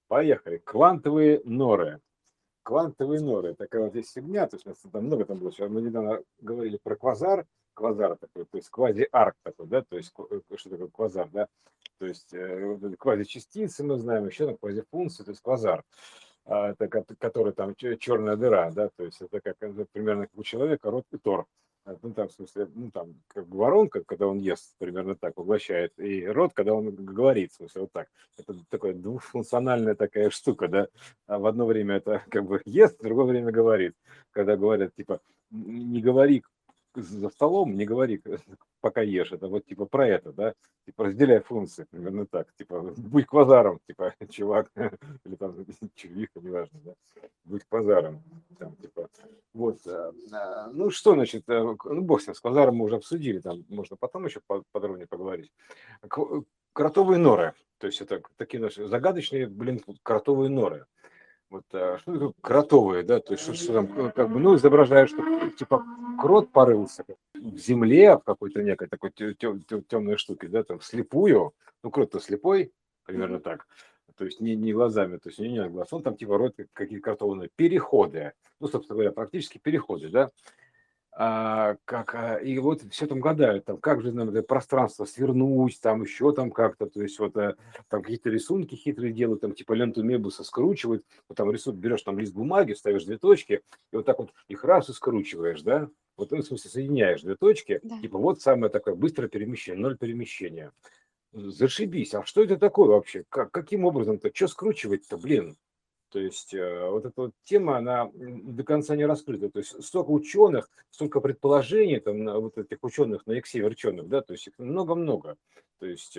Поехали. Квантовые норы. Квантовые норы. Такая вот здесь фигня. То есть у нас там много там было. Сейчас мы недавно говорили про квазар. Квазар такой, то есть квази-арк такой, да, то есть что такое квазар, да, то есть квазичастицы мы знаем, еще там квазифункции, то есть квазар, это который там черная дыра, да, то есть это как примерно как у человека рот и тор. Ну, там, в смысле, ну, там, как бы воронка, когда он ест, примерно так, поглощает, и рот, когда он говорит, в смысле, вот так. Это такая двухфункциональная такая штука, да. В одно время это как бы ест, в другое время говорит. Когда говорят, типа, не говори за столом, не говори, пока ешь. Это вот типа про это, да. Типа разделяй функции, примерно так. Типа будь квазаром, типа чувак, или там червиха, неважно, да. Будь квазаром. Там, типа, вот. Ну что, значит, ну бог с ним, с квазаром мы уже обсудили, там можно потом еще подробнее поговорить. Кротовые норы. То есть это такие наши загадочные, блин, кротовые норы. Вот, что такое кротовые, да, то есть что там, как бы, ну, изображают, что типа крот порылся в земле, в какой-то некой такой темной штуке, да, там, вслепую, ну, крот-то слепой, примерно так, то есть не глазами, то есть у него нет глаз, он там типа роет какие-то кротовые переходы, ну, собственно говоря, практически переходы, да, и вот все там гадают, там, как же нам это пространство свернуть, там еще там как-то, то есть вот там какие-то рисунки хитрые делают, там типа ленту Мебуса скручивают, вот там рисунок, берешь там лист бумаги, ставишь две точки, и вот так вот их раз и скручиваешь, да, вот в смысле соединяешь две точки, Да. типа вот самое такое быстрое перемещение, ноль перемещения. Зашибись, а что это такое вообще? Каким образом-то? Что скручивать-то, блин? То есть вот эта вот тема, она до конца не раскрыта. То есть столько ученых, столько предположений там вот этих ученых, на иксе верченых, да, то есть их много-много. То есть,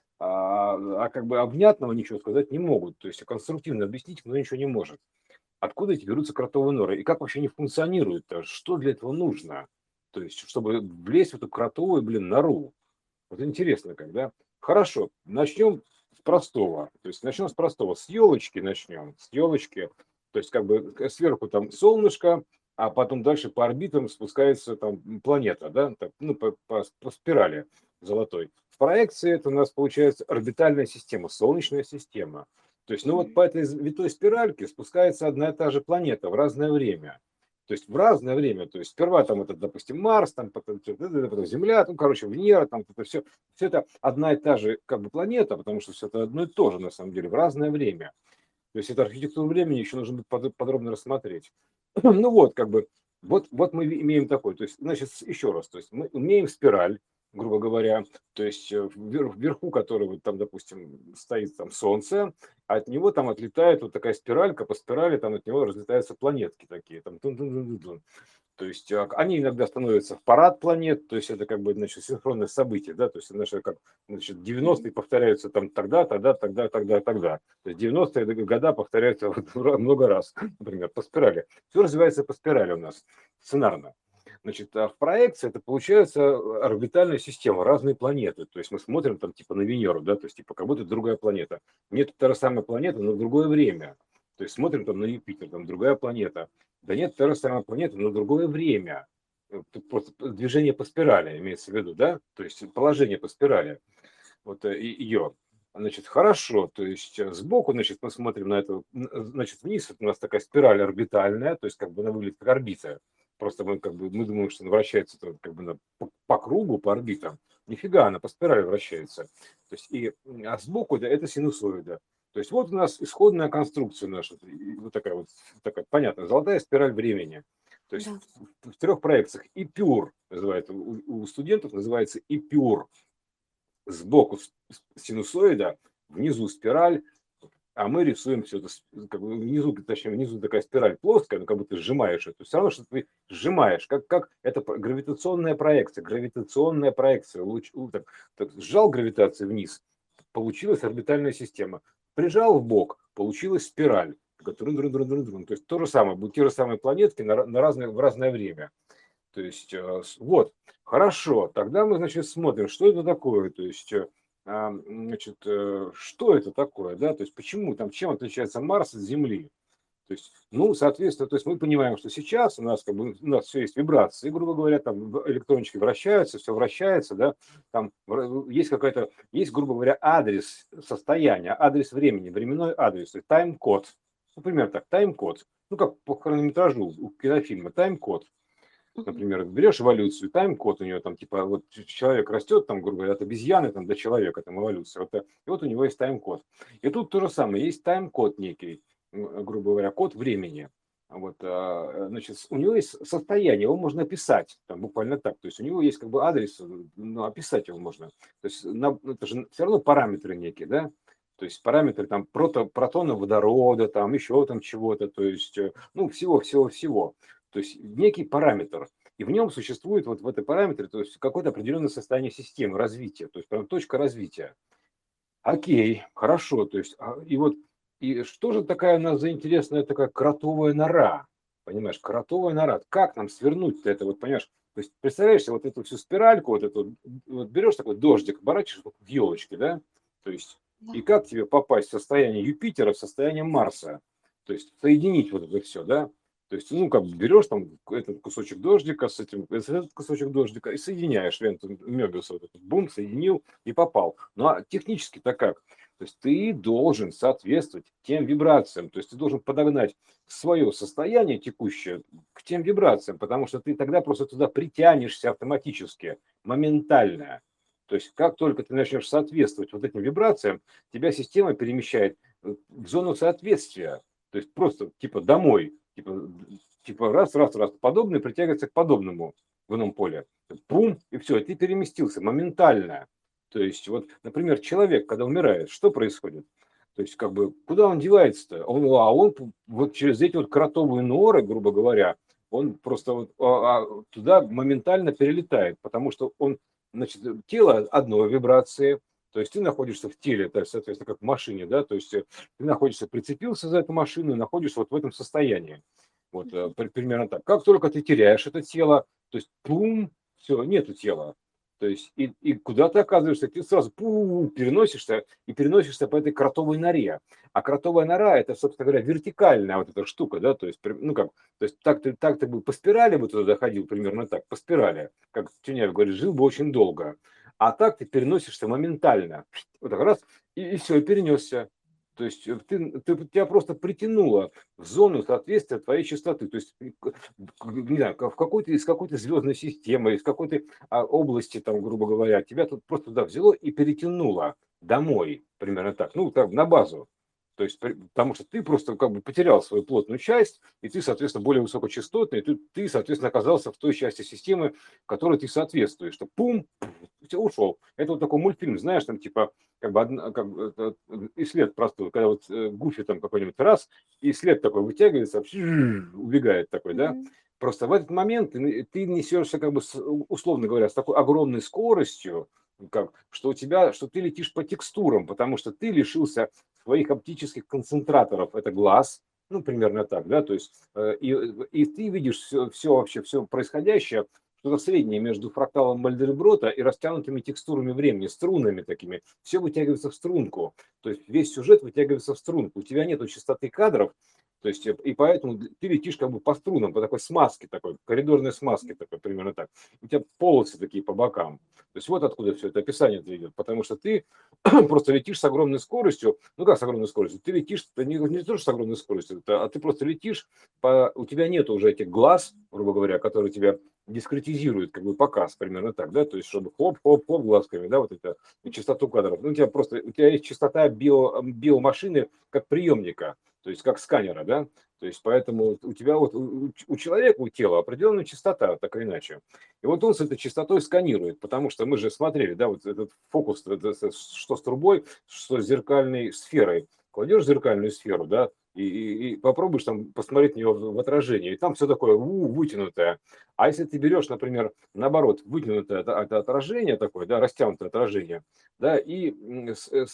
как бы внятного ничего сказать не могут. То есть конструктивно объяснить никто ничего не может. Откуда эти берутся кротовые норы? И как вообще они функционируют? Что для этого нужно? То есть, чтобы влезть в эту кротовую, блин, нору. Вот интересно, когда. Хорошо, начнем с простого. То есть начнем с простого. С елочки начнем. С елочки. То есть как бы сверху там солнышко, а потом дальше по орбитам спускается там планета, да, так, ну, по спирали золотой. В проекции это у нас получается орбитальная система, солнечная система. То есть, ну вот по этой витой спиральке спускается одна и та же планета в разное время. То есть в разное время. То есть сперва там это, допустим, Марс, там потом Земля, ну, короче, Венера, там это все это одна и та же как бы планета, потому что все это одно и то же на самом деле в разное время. То есть эту архитектуру времени еще нужно будет подробно рассмотреть. Ну вот, как бы, вот мы имеем такой, то есть, значит, еще раз, то есть мы имеем спираль, грубо говоря, то есть вверху которой вот там, допустим, стоит там Солнце, а от него там отлетает вот такая спиралька, по спирали там от него разлетаются планетки такие, там тун-тун-тун-тун. То есть они иногда становятся в парад планет, то есть это как бы, значит, синхронное событие, да, то есть значит, как, значит, 90-е повторяются там тогда, тогда. То есть 90-е года повторяются много раз, например, по спирали. Все развивается по спирали у нас, сценарно. Значит, а в проекции это получается орбитальная система, разные планеты. То есть мы смотрим там типа на Венеру, да, то есть типа как будто другая планета. Нет, та же самая планета, но в другое время. То есть смотрим там на Юпитер, там другая планета. Да нет, та же самая планета, но другое время. Просто движение по спирали имеется в виду, да? То есть положение по спирали. Вот ее. Значит, хорошо, то есть сбоку, значит, мы смотрим на это, значит, вниз, вот у нас такая спираль орбитальная, то есть как бы она выглядит как орбита. Просто мы как бы мы думаем, что она вращается как бы по кругу, по орбитам. Нифига, она по спирали вращается. То есть а сбоку да, это синусоида. То есть вот у нас исходная конструкция наша, вот такая понятная, золотая спираль времени. То есть Да. в трех проекциях Ипюр называется, у студентов называется Ипюр. Сбоку синусоида, внизу спираль, а мы рисуем все это, как бы внизу, точнее, внизу такая спираль плоская, но как будто сжимаешь это. Все равно, что ты сжимаешь, как это гравитационная проекция. Так, сжал гравитацию вниз, получилась орбитальная система. Прижал в бок, получилась спираль. То есть то же самое, будут те же самые планетки в разное время. То есть, вот, хорошо, тогда мы, значит, смотрим, что это такое, то есть, значит, что это такое, да, то есть, почему, там, чем отличается Марс от Земли, То есть, ну, соответственно, то есть мы понимаем, что сейчас у нас как бы у нас все есть вибрации, грубо говоря, там электрончики вращаются, все вращается, да, там есть какая-то, есть, грубо говоря, адрес состояния, адрес времени, временной адрес, то есть тайм-код. Например, так, тайм-код. Ну, как по хронометражу у кинофильма, тайм-код. Мгм. Например, берешь эволюцию, тайм-код у нее там, типа, вот человек растет, там, грубо говоря, от обезьяны там, до человека, там, эволюция. Вот, и вот у него есть тайм-код. И тут то же самое, есть тайм-код некий, грубо говоря, код времени. Вот, значит, у него есть состояние, его можно описать, там, буквально так. То есть у него есть как бы адрес, ну, описать его можно. То есть это же все равно параметры некие, да? То есть параметры там протона водорода, там еще там чего-то, то есть, ну, всего-всего-всего. То есть некий параметр. И в нем существует вот в этой параметре, то есть какое-то определенное состояние системы, развития, то есть прям точка развития. Окей, хорошо, то есть, и вот, и что же такая у нас за интересная такая кротовая нора? Понимаешь, кротовая нора. Как нам свернуть-то это, вот понимаешь? То есть, представляешь себе вот эту всю спиральку, вот эту, вот берешь такой дождик, оборачиваешь вот в елочке, да? То есть, Да. и как тебе попасть в состояние Юпитера в состояние Марса? То есть, соединить вот это все, да? То есть, ну, как бы берешь там этот кусочек дождика с этим, этот кусочек дождика и соединяешь ленту Мебиуса, вот этот бум, соединил и попал. Ну, а технически-то как? То есть ты должен соответствовать тем вибрациям, то есть ты должен подогнать свое состояние текущее к тем вибрациям, потому что ты тогда просто туда притянешься автоматически, моментально. То есть как только ты начнешь соответствовать вот этим вибрациям, тебя система перемещает в зону соответствия. То есть просто типа домой, типа раз, подобное притягивается к подобному в ином поле. Пум, и все, и ты переместился моментально. То есть, вот, например, человек, когда умирает, что происходит? То есть, как бы, куда он девается-то? Он вот через эти вот кротовые норы, грубо говоря, он просто вот, туда моментально перелетает, потому что он, значит, тело одной вибрации, то есть ты находишься в теле, то есть, соответственно, как в машине, да, то есть ты находишься, прицепился за эту машину и находишься вот в этом состоянии. Вот Мгм. примерно так. Как только ты теряешь это тело, то есть пум, все, нету тела. То есть и куда ты оказываешься, ты сразу переносишься и переносишься по этой кротовой норе. А кротовая нора это, собственно говоря, вертикальная вот эта штука, да, то есть, ну как, то есть так ты бы по спирали бы туда доходил, примерно так, по спирали, как Тюняев говорит, жил бы очень долго. А так ты переносишься моментально. Вот так раз, и все, и перенесся. То есть тебя просто притянуло в зону соответствия твоей частоты. То есть, не знаю, в какой-то, из какой-то звездной системы, из какой-то области, там, грубо говоря, тебя тут просто туда взяло и перетянуло домой, примерно так, ну, там, на базу. То есть, потому что ты просто как бы потерял свою плотную часть, и ты, соответственно, более высокочастотный, и ты, соответственно, оказался в той части системы, которой ты соответствуешь. Что пум, все, ушел. Это вот такой мультфильм, знаешь, там типа как бы, и след простой, когда вот Гуфи там какой-нибудь раз, и след такой вытягивается, убегает такой, да. Мгм. Просто в этот момент ты несешься, как бы, условно говоря, с такой огромной скоростью, как, что у тебя, что ты летишь по текстурам, потому что ты лишился своих оптических концентраторов, это глаз, ну, примерно так, да, то есть, и ты видишь все вообще, все происходящее, что-то среднее между фракталом Мальдельброта и растянутыми текстурами времени, струнами такими. Все вытягивается в струнку. То есть весь сюжет вытягивается в струнку. У тебя нет частоты кадров, то есть, и поэтому ты летишь как бы по струнам, по такой смазке такой, коридорной смазке такой, примерно так. У тебя полосы такие по бокам. То есть вот откуда все это описание идет. Потому что ты просто летишь с огромной скоростью. Ну как с огромной скоростью? Ты летишь, не то, что с огромной скоростью, а ты просто летишь, у тебя нет уже этих глаз, грубо говоря, которые тебя дискретизируют, как бы показ, примерно так, да, то есть чтобы хоп-хоп-хоп глазками, да, вот это частоту кадров. Ну, у тебя есть частота биомашины как приемника, то есть как сканера, да, то есть поэтому у тебя вот у человека, у тела определенная частота, так или иначе. И вот он с этой частотой сканирует, потому что мы же смотрели, да, вот этот фокус, что с трубой, что с зеркальной сферой. Кладешь зеркальную сферу, да, и попробуешь там посмотреть на нее в отражении, и там все такое вытянутое. А если ты берешь, например, наоборот, вытянутое это отражение такое, да, растянутое отражение, да, и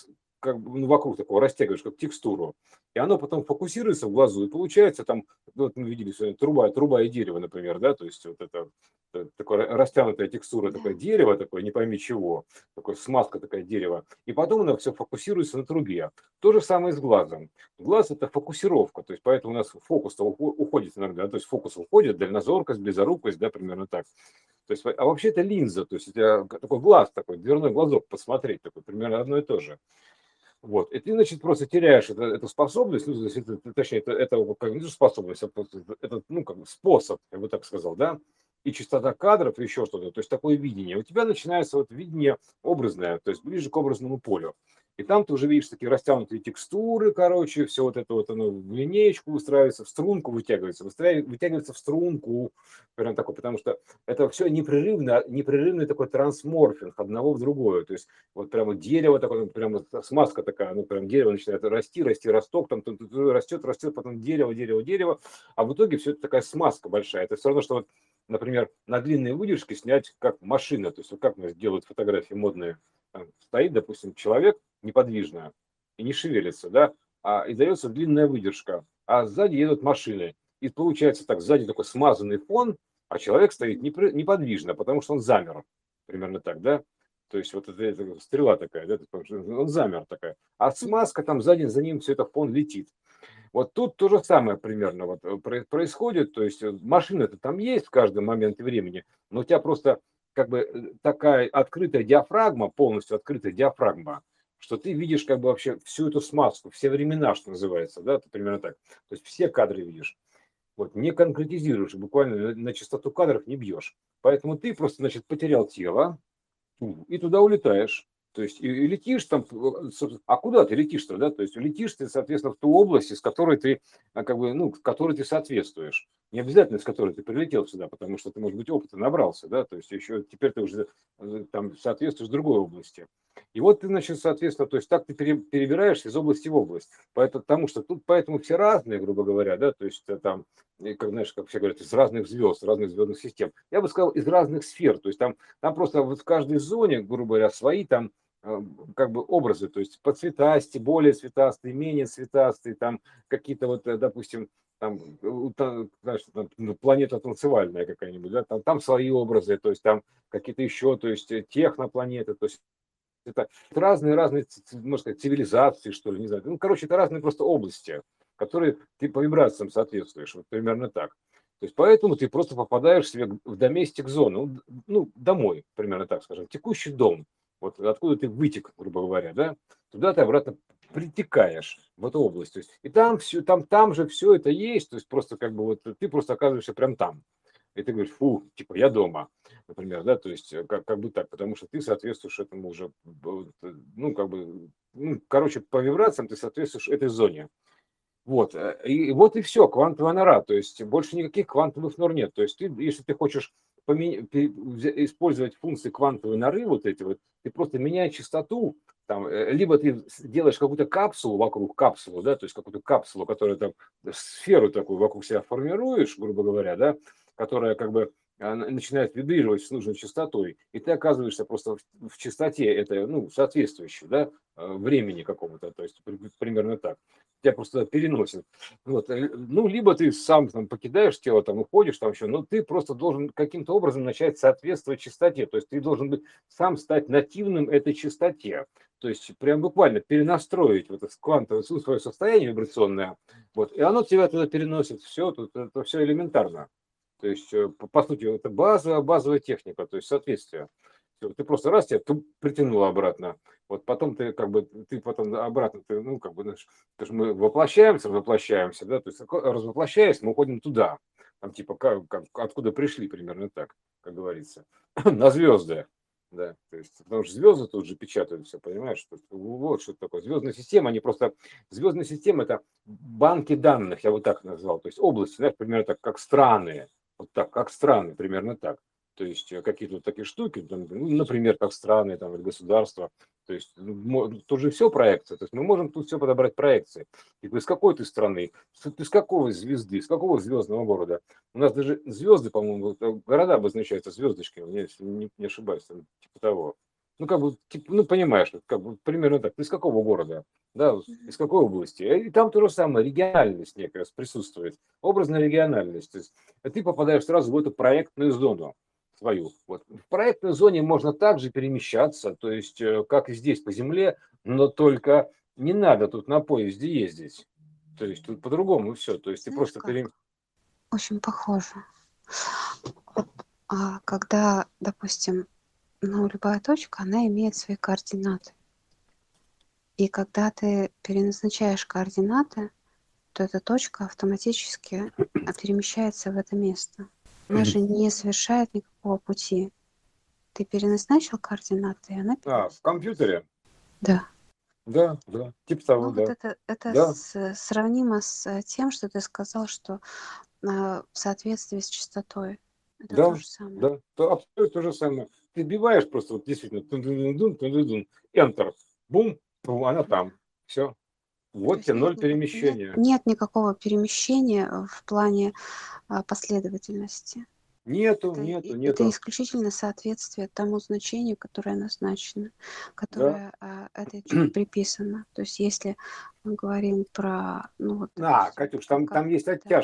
как бы вокруг такого растягиваешь, как текстуру. И оно потом фокусируется в глазу, и получается там, вот мы видели сегодня, труба и дерево, например, да, то есть вот это такая растянутая текстура, такое Да. дерево, такое не пойми чего, такое смазка такая дерева. И потом оно все фокусируется на трубе. То же самое с глазом. Глаз это фокусировка, то есть поэтому у нас фокус уходит иногда, то есть фокус уходит, дальнозоркость, близорукость, да, примерно так. То есть, а вообще это линза, то есть это такой глаз, такой дверной глазок посмотреть, такой примерно одно и то же. Вот. И ты, значит, просто теряешь эту способность, ну, точнее, как, не способность, а этот, ну, как бы способ, я бы так сказал, да, и частота кадров, и еще что-то, то есть такое видение. У тебя начинается вот видение образное, то есть ближе к образному полю. И там ты уже видишь такие растянутые текстуры, короче, все вот это вот оно в линеечку выстраивается, в струнку вытягивается, вытягивается в струнку, прям такой, потому что это все непрерывный такой трансморфинг одного в другое. То есть вот прямо дерево такое, прямо смазка такая, ну прям дерево начинает расти, росток, там растет, потом дерево, а в итоге все это такая смазка большая. Это все равно, что вот, например, на длинные выдержки снять как машина, то есть вот как у нас делают фотографии модные, там стоит, допустим, человек неподвижно и не шевелится, да, и дается длинная выдержка, а сзади едут машины. И получается так, сзади такой смазанный фон, а человек стоит неподвижно, потому что он замер. Примерно так, да? То есть вот это стрела такая, да, он замер такая. А смазка там сзади, за ним все это в фон летит. Вот тут то же самое примерно вот происходит. То есть машина-то там есть в каждом моменте времени, но у тебя просто как бы такая открытая диафрагма, полностью открытая диафрагма, что ты видишь как бы вообще всю эту смазку, все времена, что называется, да, примерно так. То есть все кадры видишь. Вот, не конкретизируешь, буквально на частоту кадров не бьешь. Поэтому ты просто, значит, потерял тело, и туда улетаешь. То есть и летишь там, а куда ты летишь-то, да? То есть летишь ты, соответственно, в ту область, из которой ты, как бы, ну, которой ты соответствуешь. Не обязательно, с которой ты прилетел сюда, потому что ты, может быть, опыта набрался, да, то есть еще теперь ты уже там соответствуешь другой области. И вот ты, значит, соответственно, то есть так ты перебираешься из области в область. Поэтому, потому что тут, поэтому все разные, грубо говоря, да, то есть там, как знаешь, как все говорят, из разных звезд, разных звездных систем. Я бы сказал, из разных сфер. То есть там просто вот в каждой зоне, грубо говоря, свои там как бы образы, то есть по цветасти, более цветастые, менее цветастые, там какие-то вот, допустим, там, знаешь, там, планета танцевальная какая-нибудь, да, там свои образы, то есть там какие-то еще, то есть технопланеты, то есть это разные, можно сказать, цивилизации, что ли, не знаю. Ну, короче, это разные просто области, которые ты по вибрациям соответствуешь, вот примерно так. То есть поэтому ты просто попадаешь себе в доместик зону, ну, домой, примерно так скажем, текущий дом, вот откуда ты вытек, грубо говоря, да, туда ты обратно притекаешь в эту область. То есть, и там все, там же все это есть, то есть просто как бы вот ты просто оказываешься прям там. И ты говоришь, фу, типа я дома, например, да, то есть как бы так, потому что ты соответствуешь этому уже, ну, как бы, ну, короче, по вибрациям ты соответствуешь этой зоне. Вот, и вот и все, квантовая нора, то есть больше никаких квантовых нор нет. То есть ты, если ты хочешь использовать функции квантовой норы, вот эти вот, ты просто меняй частоту, там, либо ты делаешь какую-то капсулу вокруг капсулы, да, то есть какую-то капсулу, которая там, сферу такую вокруг себя формируешь, грубо говоря, да, которая как бы начинает вибрировать с нужной частотой, и ты оказываешься просто в частоте этой, ну, соответствующей, да, времени какому-то, то есть примерно так. Тебя просто переносит. Вот. Ну, либо ты сам там покидаешь тело, там уходишь, там еще, но ты просто должен каким-то образом начать соответствовать частоте. То есть ты должен быть сам стать нативным этой частоте. То есть прям буквально перенастроить вот это квантовое свое состояние вибрационное. Вот, и оно тебя туда переносит. Все, тут это все элементарно. То есть, по сути, это базовая техника, то есть соответствие. Всё, ты просто раз тебя притянуло обратно. Вот потом ты как бы ты потом обратно, ты, ну, как бы, знаешь, потому что мы воплощаемся, да, то есть развоплощаясь, мы уходим туда. Там типа откуда пришли, примерно так, как говорится. На звезды. Да, то есть, потому что звезды тут же печатают все, понимаешь, что вот что это такое. Звездная система, они просто, звездная система это банки данных, я вот так назвал, то есть области, знаешь, примерно так, как страны, вот так, как страны, примерно так. То есть какие-то вот такие штуки, там, ну, например, как страны там, или государства. То есть тут же все проекция. То есть мы можем тут все подобрать проекции. И из какой ты страны, ты с какой звезды, с какого звездного города. У нас даже звезды, по-моему, города обозначаются звездочками, если не ошибаюсь, там, типа того. Ну, как бы, типа, ну, понимаешь, вот как бы примерно так. Ты из какого города? Да, вот из какой области? И там то же самое, региональность некая присутствует, образная региональность. То есть ты попадаешь сразу в эту проектную зону свою. Вот. В проектной зоне можно также перемещаться, то есть как и здесь по земле, но только не надо тут на поезде ездить. То есть тут по-другому все. То есть ты Знаешь просто как? Очень похоже. Вот, когда, допустим, ну, любая точка, она имеет свои координаты. И когда ты переназначаешь координаты, то эта точка автоматически перемещается в это место. Она же не совершает никакого пути. Ты переназначил координаты, и она в переместилась. компьютере. Да. Да, да, типа того, Ну вот да. это Да, сравнимо с тем, что ты сказал, что в соответствии с частотой. Это то да, же самое. да. Абсолютно то же самое. Ты вбиваешь просто вот действительно Enter, бум, бум, она там. Все. То Вот есть тебе ноль перемещения. нет никакого перемещения в плане последовательности. Нету, Это, нету, это нету. исключительно соответствие тому значению, которое назначено, Да. которое этой приписано. То есть если мы говорим про, ну вот, допустим, Катюш, там есть да,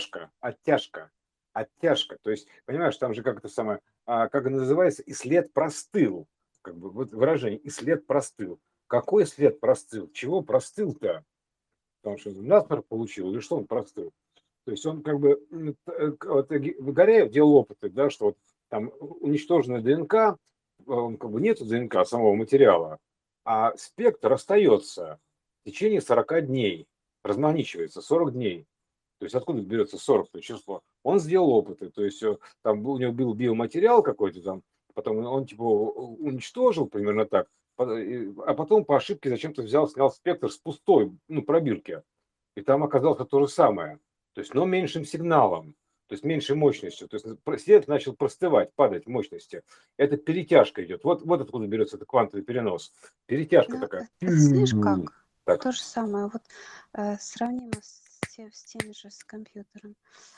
оттяжка. То есть, понимаешь, там же как это самое, как это называется, и след простыл. Как бы вот выражение, и след простыл. Какой след простыл? Чего простыл-то? Потому что насморк получил, или что он простыл? То есть он как бы, вот Выгоряев делал опыты, да, что вот там уничтоженная ДНК, он как бы нету ДНК самого материала, а спектр остается в течение 40 дней, размагничивается 40 дней. То есть откуда берется 40 число? Он сделал опыты, то есть там у него был биоматериал какой-то там, потом он типа уничтожил примерно так, а потом по ошибке зачем-то снял спектр с пустой, ну, пробирки. И там оказалось то же самое. То есть, но меньшим сигналом, то есть меньшей мощностью. То есть свет начал простывать, падать в мощности. Это перетяжка идет. Вот откуда берется этот квантовый перенос. Перетяжка ну, такая. это знаешь как? Так. То же самое. Вот сравнимо с тем же с компьютером.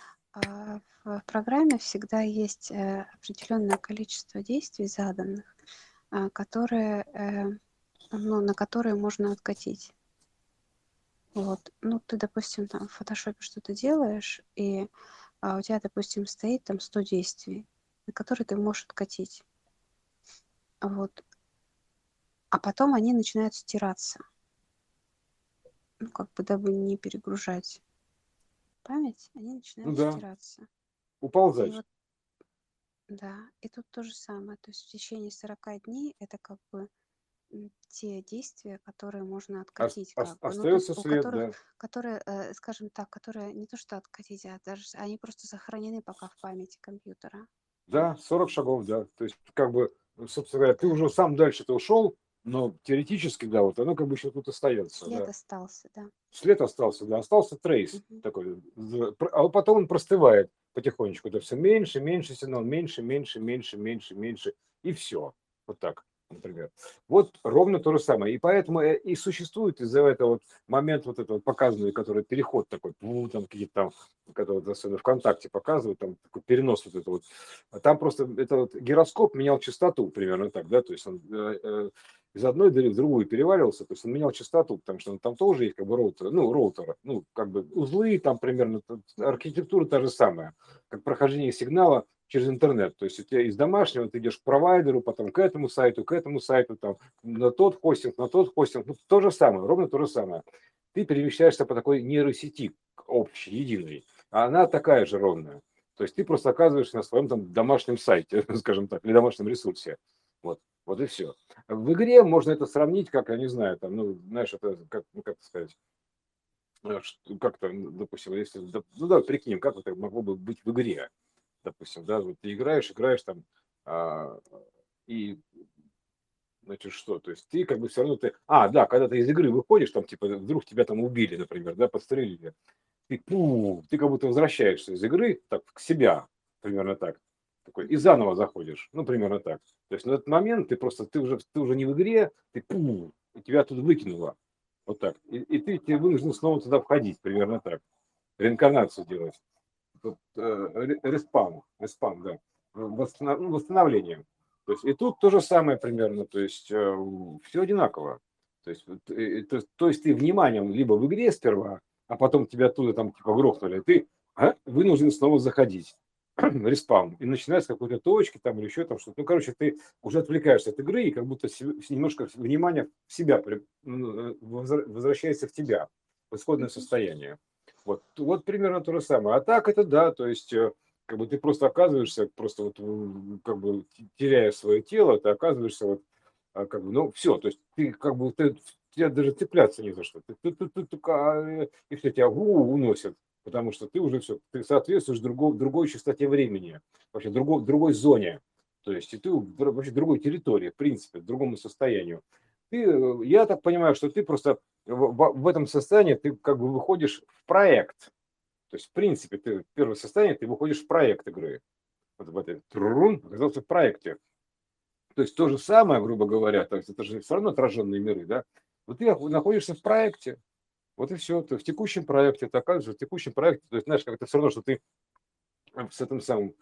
В программе всегда есть определенное количество действий заданных, которые, ну, на которые можно откатить. Вот. Ну, ты, допустим, там в фотошопе что-то делаешь, и у тебя, допустим, стоит там 100 действий, на которые ты можешь откатить. Вот. А потом они начинают стираться. Ну, как бы, дабы не перегружать память, они Ну начинают да, стираться. И уползать. вот, да, и тут то же самое. То есть в течение 40 дней это как бы те действия, которые можно откатить, как бы, ну, то есть Остается у след, которых, да. которые, скажем так, которые не то что откатить, а даже они просто сохранены пока в памяти компьютера. Да, 40 шагов, да. То есть, как бы, собственно говоря, ты уже сам дальше-то ушел, но теоретически, да, вот оно как бы еще тут остается, След да. остался, да. След остался, да, остался трейс Мгм. такой, а потом он простывает потихонечку, это все меньше, меньше сигнал, меньше, меньше, меньше, меньше, меньше, и все, вот так, например. Вот ровно то же самое, и поэтому и существует из-за этого вот момент вот этого показанный, который переход такой, там какие-то там, когда вот особенно ВКонтакте показывают, там такой перенос вот это вот, там просто это вот гироскоп менял частоту примерно так, да, то есть он из одной дыры в другую переваливался, то есть он менял частоту, потому что там тоже есть как бы роутеры, ну, как бы узлы, там примерно, архитектура та же самая, как прохождение сигнала через интернет. То есть у тебя из домашнего ты идешь к провайдеру, потом к этому сайту, там, на тот хостинг, ну, то же самое, ровно то же самое. Ты перемещаешься по такой нейросети общей, единой, а она такая же ровная. То есть ты просто оказываешься на своем там домашнем сайте, скажем так, или домашнем ресурсе. Вот и все. В игре можно это сравнить, как, я не знаю, там, ну, знаешь, это, как, ну, как сказать, как там, допустим, если, ну, да, прикинем, как это могло бы быть в игре, допустим, да, вот ты играешь там, а, и, значит, что, то есть ты как бы все равно, да, когда ты из игры выходишь, там, типа, вдруг тебя там убили, например, да, подстрелили, ты как будто возвращаешься из игры, так, к себя, примерно так, такой, и Мгм. заново заходишь, ну, примерно так. То есть на этот момент ты уже не в игре, и тебя оттуда выкинуло, вот так. И ты вынужден снова туда входить, примерно так. Реинкарнацию делать. Тут, респаун, да. Восстановление. То есть и тут то же самое примерно, то есть все одинаково. То есть, то есть ты вниманием либо в игре сперва, а потом тебя оттуда там типа грохнули, ты вынужден снова заходить. Респаун. И начиная с какой-то точки там или еще там что-то. Ну, короче, ты уже отвлекаешься от игры и как будто немножко внимание в себя возвращается в тебя, в исходное состояние. Вот примерно то же самое. А так это да, то есть как бы ты просто оказываешься, просто вот как бы теряя свое тело, ты оказываешься вот как бы, ну все, то есть ты как бы тебе даже цепляться не за что. И все тебя уносят, потому что ты уже все, ты соответствуешь другой частоте времени, вообще другой зоне. То есть и ты вообще другой территории, в принципе, другому состоянию. Я так понимаю, что ты просто в этом состоянии ты как бы выходишь в проект. То есть, в принципе, ты в первое состояние, ты выходишь в проект игры. Вот в этой оказался в проекте. То есть то же самое, грубо говоря, то есть это же все равно отраженные миры, да? Вот ты находишься в проекте, вот и все, ты в текущем проекте, ты оказываешься в текущем проекте, то есть знаешь, как это все равно, что ты с этим самым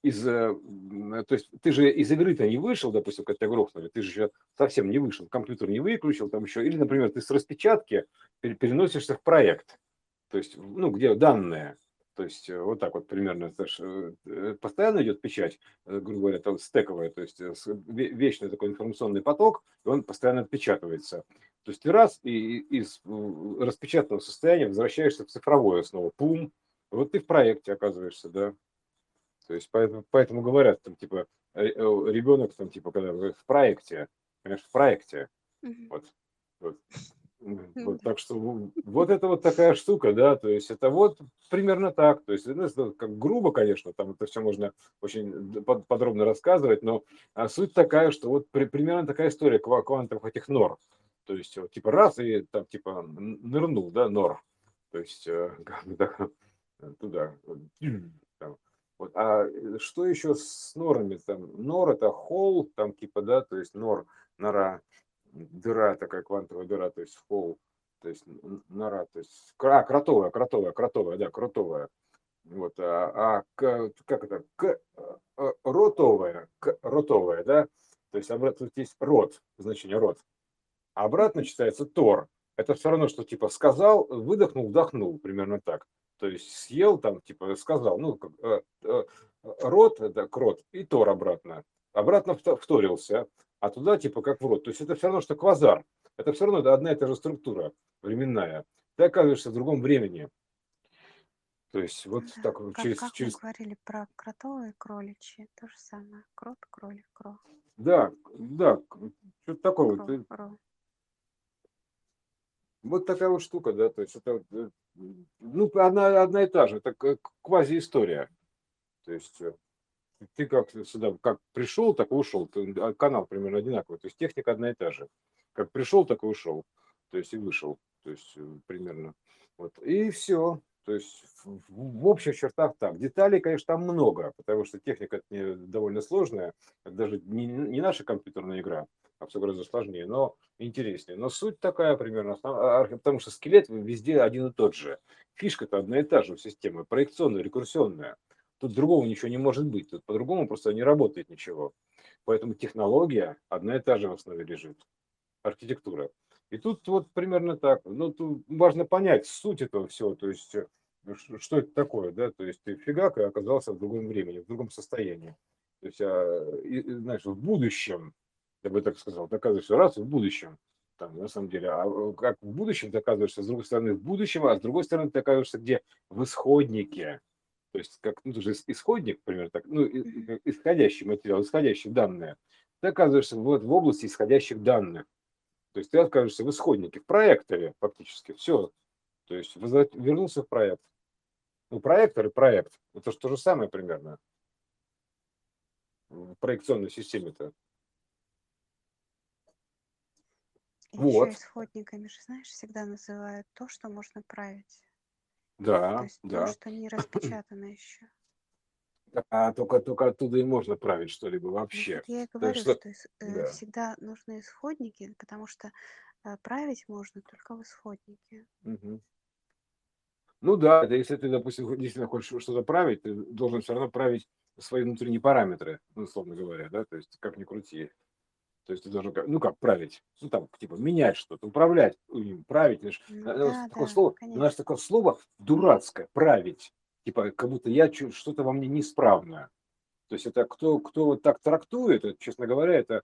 то есть ты же из игры-то не вышел, допустим, когда тебя грохнули, ты же еще совсем не вышел, компьютер не выключил, там еще, или, например, ты с распечатки переносишься в проект, то есть, ну, где данные, то есть вот так вот примерно, это ж, постоянно идет печать, грубо говоря, там стековая, то есть вечный такой информационный поток, и он постоянно отпечатывается. То есть ты раз и из распечатанного состояния возвращаешься в цифровое снова, пум, вот ты в проекте оказываешься, да. То есть поэтому говорят, там, типа, ребенок, там, типа, когда в проекте, конечно, в проекте, Мгм. вот, вот. Вот, Да. так что вот это вот такая штука, да, то есть это вот примерно так, то есть, ну, это как грубо, конечно, там это все можно очень подробно рассказывать, но суть такая, что вот примерно такая история квантовых этих нор, то есть вот, типа раз и там типа нырнул, да, нор, то есть как бы так, туда, вот, там. Вот. Что еще с норами? Там, нор это холл, там типа, да, то есть нора, дыра такая, квантовая дыра, то есть холл, то есть нора, то есть кротовая, да, кротовая. Вот, как это, ротовая, да, то есть обратно тут есть рот, значение рот. А обратно Мгм. читается Тор. Это все равно, что типа сказал, выдохнул, вдохнул, примерно так. То есть съел там, типа сказал, ну, рот, это крот, и Тор обратно. Обратно вторился, а туда типа как в рот. То есть это все равно, что квазар. Это все равно одна и та же структура временная. Ты оказываешься в другом времени. То есть Ну вот да. так вот Как мы говорили про кротовые кроличьи, то же самое. Крот, кролик, да, да, что-то такое вот. ро. Вот такая вот штука, да, то есть это, ну, одна и та же, это квази-история. То есть ты как сюда, как пришел, так и ушел. Канал примерно одинаковый, то есть техника одна и та же. Как пришел, так и ушел, то есть и вышел, то есть примерно. Вот, и все. То есть в общих чертах так. Деталей, конечно, там много, потому что техника довольно сложная. Это даже не наша компьютерная игра, а все гораздо сложнее, но интереснее. Но суть такая примерно, потому что скелет везде один и тот же. Фишка-то одна и та же у системы, проекционная, рекурсионная. Тут другого ничего не может быть, тут по-другому просто не работает ничего. Поэтому технология одна и та же в основе лежит, архитектура. И тут вот примерно так. Ну, тут важно понять суть этого всего, то есть что это такое, да, то есть ты фигак и оказался в другом времени, в другом состоянии. То есть, знаешь, в будущем, я бы так сказал, ты оказываешься раз в будущем, там, на самом деле, как в будущем ты оказываешься, с другой стороны, в будущем, а с другой стороны ты оказываешься где? В исходнике. То есть, как, ну, тоже исходник, например, так, ну, Мгм. исходящий материал, исходящие данные. Ты оказываешься вот в области исходящих данных. То есть ты окажешься в исходнике, в проекторе фактически. Все. То есть вернулся в проект. Ну, проектор и проект. Это же то же самое примерно в проекционной системе-то. И еще Вот. исходниками же, знаешь, всегда называют то, что можно править. То Да, есть то, да. что не распечатано еще. А только оттуда и можно править что-либо Ну вообще. вот я и То есть говорю, что... что Да. всегда нужны исходники, потому что править можно только в исходнике. Мгм. Ну да, это если ты, допустим, действительно хочешь что-то править, ты должен все равно править свои внутренние параметры, ну, условно говоря, да, то есть как ни крути. То есть ты должен, ну как править, ну там типа менять что-то, управлять, править. Ну да, да, Наше конечно. такое слово дурацкое, править. Типа как будто я что-то во мне неисправное. То есть это кто вот так трактует, это, честно говоря, это,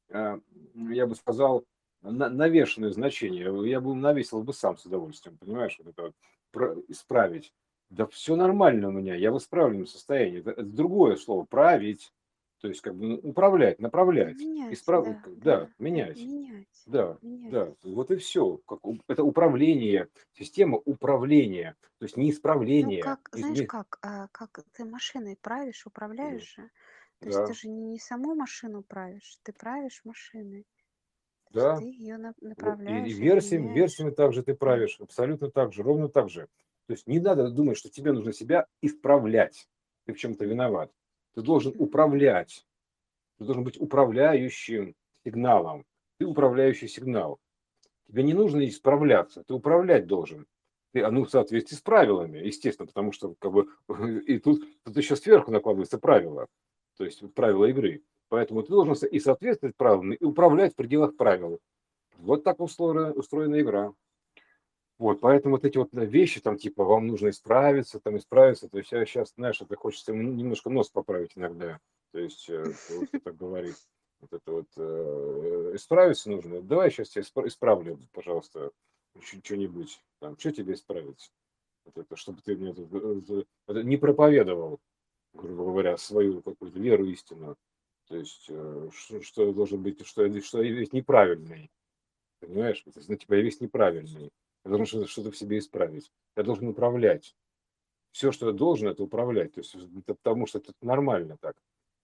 я бы сказал, навешенное значение. Я бы навесил бы сам с удовольствием, понимаешь, вот это вот исправить. Да все нормально у меня, я в исправленном состоянии. Это другое слово, править. То есть как бы управлять, Ну, направлять, менять, исправить, да, да, да, менять. менять, Да, менять. да, вот и все. Это управление, система управления, то есть не Ну, исправление. как, знаешь, как ты машиной правишь, управляешь же. То есть ты Да, же не саму машину правишь, ты правишь машиной. То есть да. ты ее Вот. И направляешь или версиями меняешь. также ты Да. правишь, абсолютно так же, ровно так же. То есть не надо думать, что тебе нужно себя исправлять. Ты в чем-то виноват. Ты должен Мгм. управлять. Ты должен быть управляющим сигналом. Ты управляющий сигнал. Тебе не нужно исправляться, ты управлять должен. Ты, ну, в соответствии с правилами, естественно, потому что как бы и тут еще сверху накладываются правила, то есть вот правила игры. Поэтому ты должен и соответствовать правилам, и управлять в пределах правил. Вот так устроена игра. Вот, поэтому вот эти вот вещи, там, типа, вам нужно исправиться, то есть я сейчас, знаешь, это хочется немножко нос поправить иногда, то есть, вот это говорить, вот это вот, исправиться нужно, давай сейчас я исправлю, пожалуйста, что-нибудь, там, что тебе исправить, вот это, чтобы ты мне тут, это не проповедовал, грубо говоря, свою какую-то веру истину, то есть, что я должен быть, что я весь неправильный, понимаешь? То есть, ну, типа, я весь неправильный. Я должен что-то в себе исправить. Я должен управлять. Все, что я должен, это управлять. То есть, это потому что это нормально так.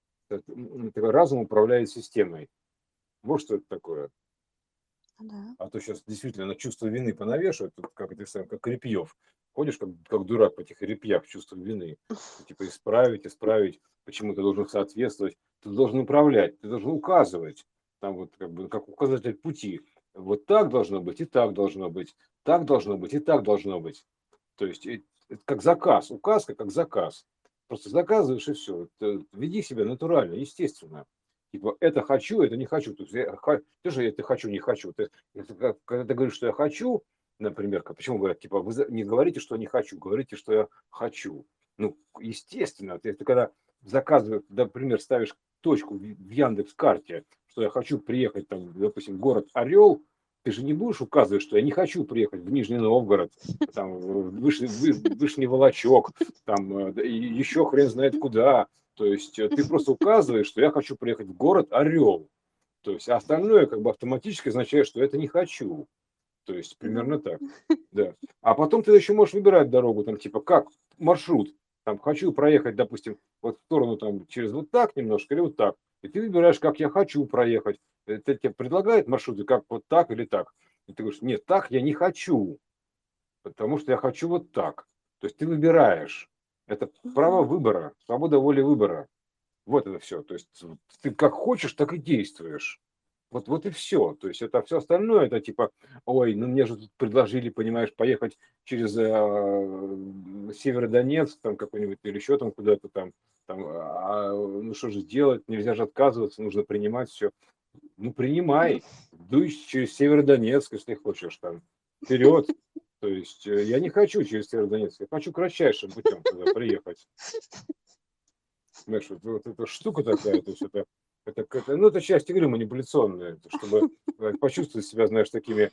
Разум управляет системой. Вот что это такое. Да. А то сейчас действительно на чувство вины понавешивают, тут как это сам, как Репьев. Ходишь как дурак по этих репьях, чувство вины. Типа исправить, почему ты должен соответствовать. Ты должен управлять, ты должен указывать. Там вот как бы как указатель пути. Вот так должно быть, и так должно быть. Так должно быть, и так должно быть. То есть это как заказ, указка как заказ. Просто заказываешь и все. Веди себя натурально, естественно. Типа это хочу, это не хочу. То есть тоже это хочу, не хочу. Когда ты говоришь, что я хочу, например, почему говорят, типа, вы не говорите, что не хочу, говорите, что я хочу. Ну, естественно, ты когда заказываешь, например, ставишь точку в Яндекс.Карте, что я хочу приехать, там, допустим, в город Орел, ты же не будешь указывать, что я не хочу приехать в Нижний Новгород, там, Вышний Волочок, там, и еще хрен знает куда. То есть ты просто указываешь, что я хочу приехать в город Орел. То есть остальное как бы автоматически означает, что это не хочу. То есть Да. примерно так. Да. А потом ты еще можешь выбирать дорогу, там типа как маршрут. Там хочу проехать, допустим, вот в сторону там через вот так немножко или вот так. И ты выбираешь, как я хочу проехать. Это тебе предлагает маршруты, как вот так или так. И ты говоришь, нет, так я не хочу, потому что я хочу вот так. То есть ты выбираешь. Это право Мгм. выбора, свобода воли выбора. Вот это все. То есть ты как хочешь, так и действуешь. Вот и все. То есть это все остальное, это типа, ой, ну мне же тут предложили, понимаешь, поехать через Северодонецк там какой-нибудь или еще там куда-то там, ну что же делать, нельзя же отказываться, нужно принимать все. Ну принимай, дуй через Северодонецк, если хочешь там, вперед. То есть я не хочу через Северодонецк, я хочу кратчайшим путем туда приехать. Знаешь, вот эта штука такая, то есть ну, это часть игры манипуляционная, чтобы почувствовать себя, знаешь, такими,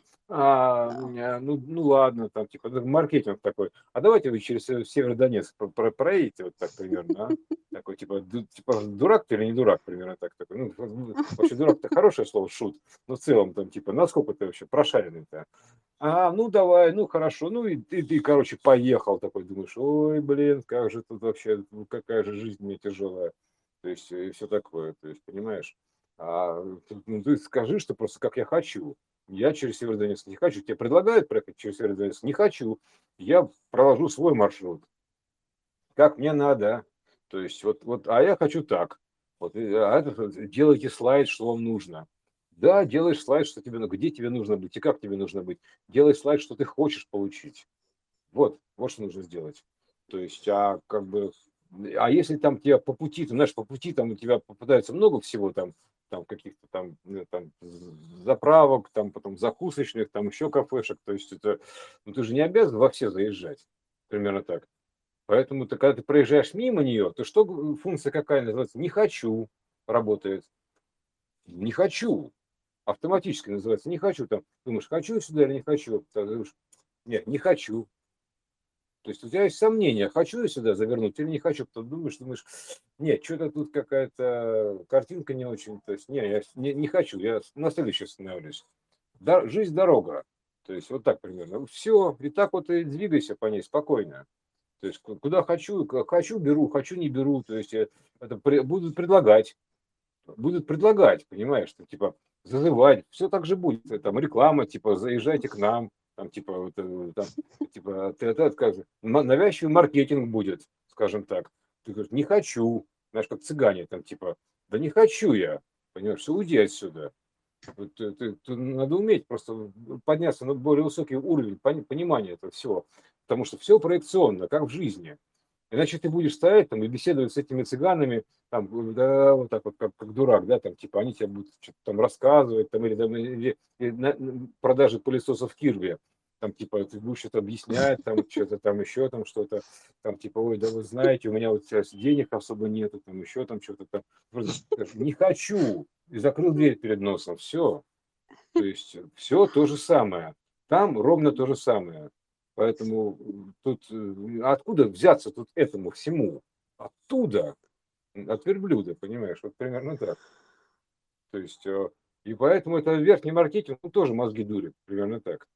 ну ладно, там, типа, ну, маркетинг такой. А давайте вы через Северодонецк проедете вот так примерно, а? Такой, типа, дурак ты или не дурак, примерно так. Такой. Ну, вообще, дурак-то хорошее слово, шут. Но в целом, там, типа, насколько ты вообще прошаренный-то? Ну давай, ну хорошо, ну и ты, короче, поехал такой, думаешь, ой, блин, как же тут вообще, ну, какая же жизнь мне тяжелая, то есть и все такое, то есть, понимаешь, ну, ты скажи, что просто как я хочу, я через Северодонецк не хочу, тебе предлагают проехать через Северодонецк, не хочу, я проложу свой маршрут, как мне надо, то есть а я хочу так, а это делайте слайд, что вам нужно. Да, делаешь слайд, что тебе, где тебе нужно быть и как тебе нужно быть. Делай слайд, что ты хочешь получить. Вот что нужно сделать. То есть, как бы, А если там тебе по пути, ты знаешь, по пути там у тебя попадается много всего, там каких-то там заправок, там потом закусочных, там еще кафешек, то есть это, ну ты же не обязан во все заезжать, примерно так. Поэтому ты, когда ты проезжаешь мимо нее, то что функция какая называется? Не хочу работает. Не хочу. Автоматически называется не хочу. Там думаешь, хочу сюда или не хочу. Там, думаешь, нет, не хочу. То есть у тебя есть сомнения, хочу я сюда завернуть или не хочу. Потом думаешь, нет, что-то тут какая-то картинка не очень. То есть, не, я не хочу, я на следующий остановлюсь. Жизнь дорога. То есть вот так примерно. Все, и так вот и двигайся по ней спокойно. То есть куда хочу беру, хочу не беру. То есть это будут предлагать, понимаешь, что типа зазывать, все так же будет, там реклама, типа заезжайте к нам, там типа вот, там, типа как навязчивый маркетинг будет, скажем так. Ты говоришь, не хочу, знаешь, как цыгане там типа, да не хочу я, понимаешь, что уйди отсюда. Вот, надо уметь просто подняться на более высокий уровень понимания этого всего, потому что все проекционно, как в жизни. Иначе ты будешь стоять там и беседовать с этими цыганами, там, да, вот так вот, как дурак, да, там, типа, они тебе будут что-то там рассказывать, там, или продажи пылесосов Кирби, там, типа, ты будешь что-то объяснять, там, что-то там, еще там что-то, там, типа, ой, да вы знаете, у меня вот сейчас денег особо нету, там, еще там что-то там. Не хочу, и закрыл дверь перед носом, все. То есть все то же самое. Там ровно то же самое. Поэтому тут откуда взяться тут этому всему? Оттуда, от верблюда, понимаешь? Вот примерно так. То есть, и поэтому это верхний маркетинг, ну, тоже мозги дурит, примерно так.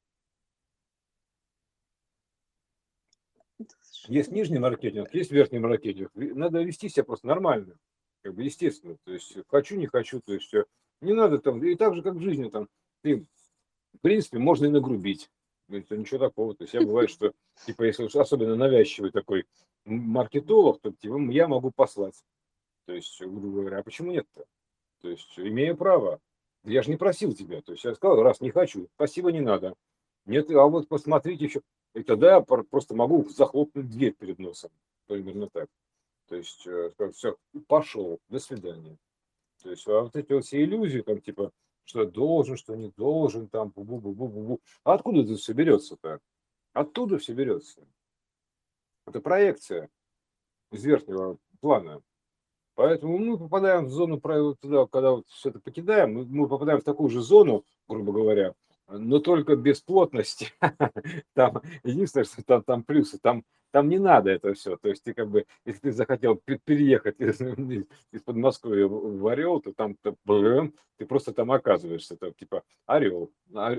Есть нижний маркетинг, есть верхний маркетинг. Надо вести себя просто нормально, как бы естественно. То есть хочу, не хочу, то есть не надо там, и так же, как в жизни, там, ты в принципе, можно и нагрубить. Это ничего такого. То есть я бывает, что, типа, если уж особенно навязчивый такой маркетолог, то типа, я могу послать. То есть, грубо говоря, а почему нет-то? То есть, имею право. Я же не просил тебя. То есть, я сказал, раз не хочу, спасибо, не надо. Нет, а вот посмотрите еще. И тогда я просто могу захлопнуть дверь перед носом. Примерно так. То есть, все, пошел, до свидания. То есть, а вот эти вот все иллюзии, там, типа, что я должен, что не должен, там, бу-бу-бу-бу-бу. А откуда это все берется-то? Оттуда все берется. Это проекция из верхнего плана. Поэтому мы попадаем в зону, туда, когда вот все это покидаем, мы попадаем в такую же зону, грубо говоря, но только без плотности. Там единственное, что там плюсы, там не надо это все. То есть ты как бы, если ты захотел переехать из Подмосковья в Орел, то там ты просто там оказываешься, там типа Орел,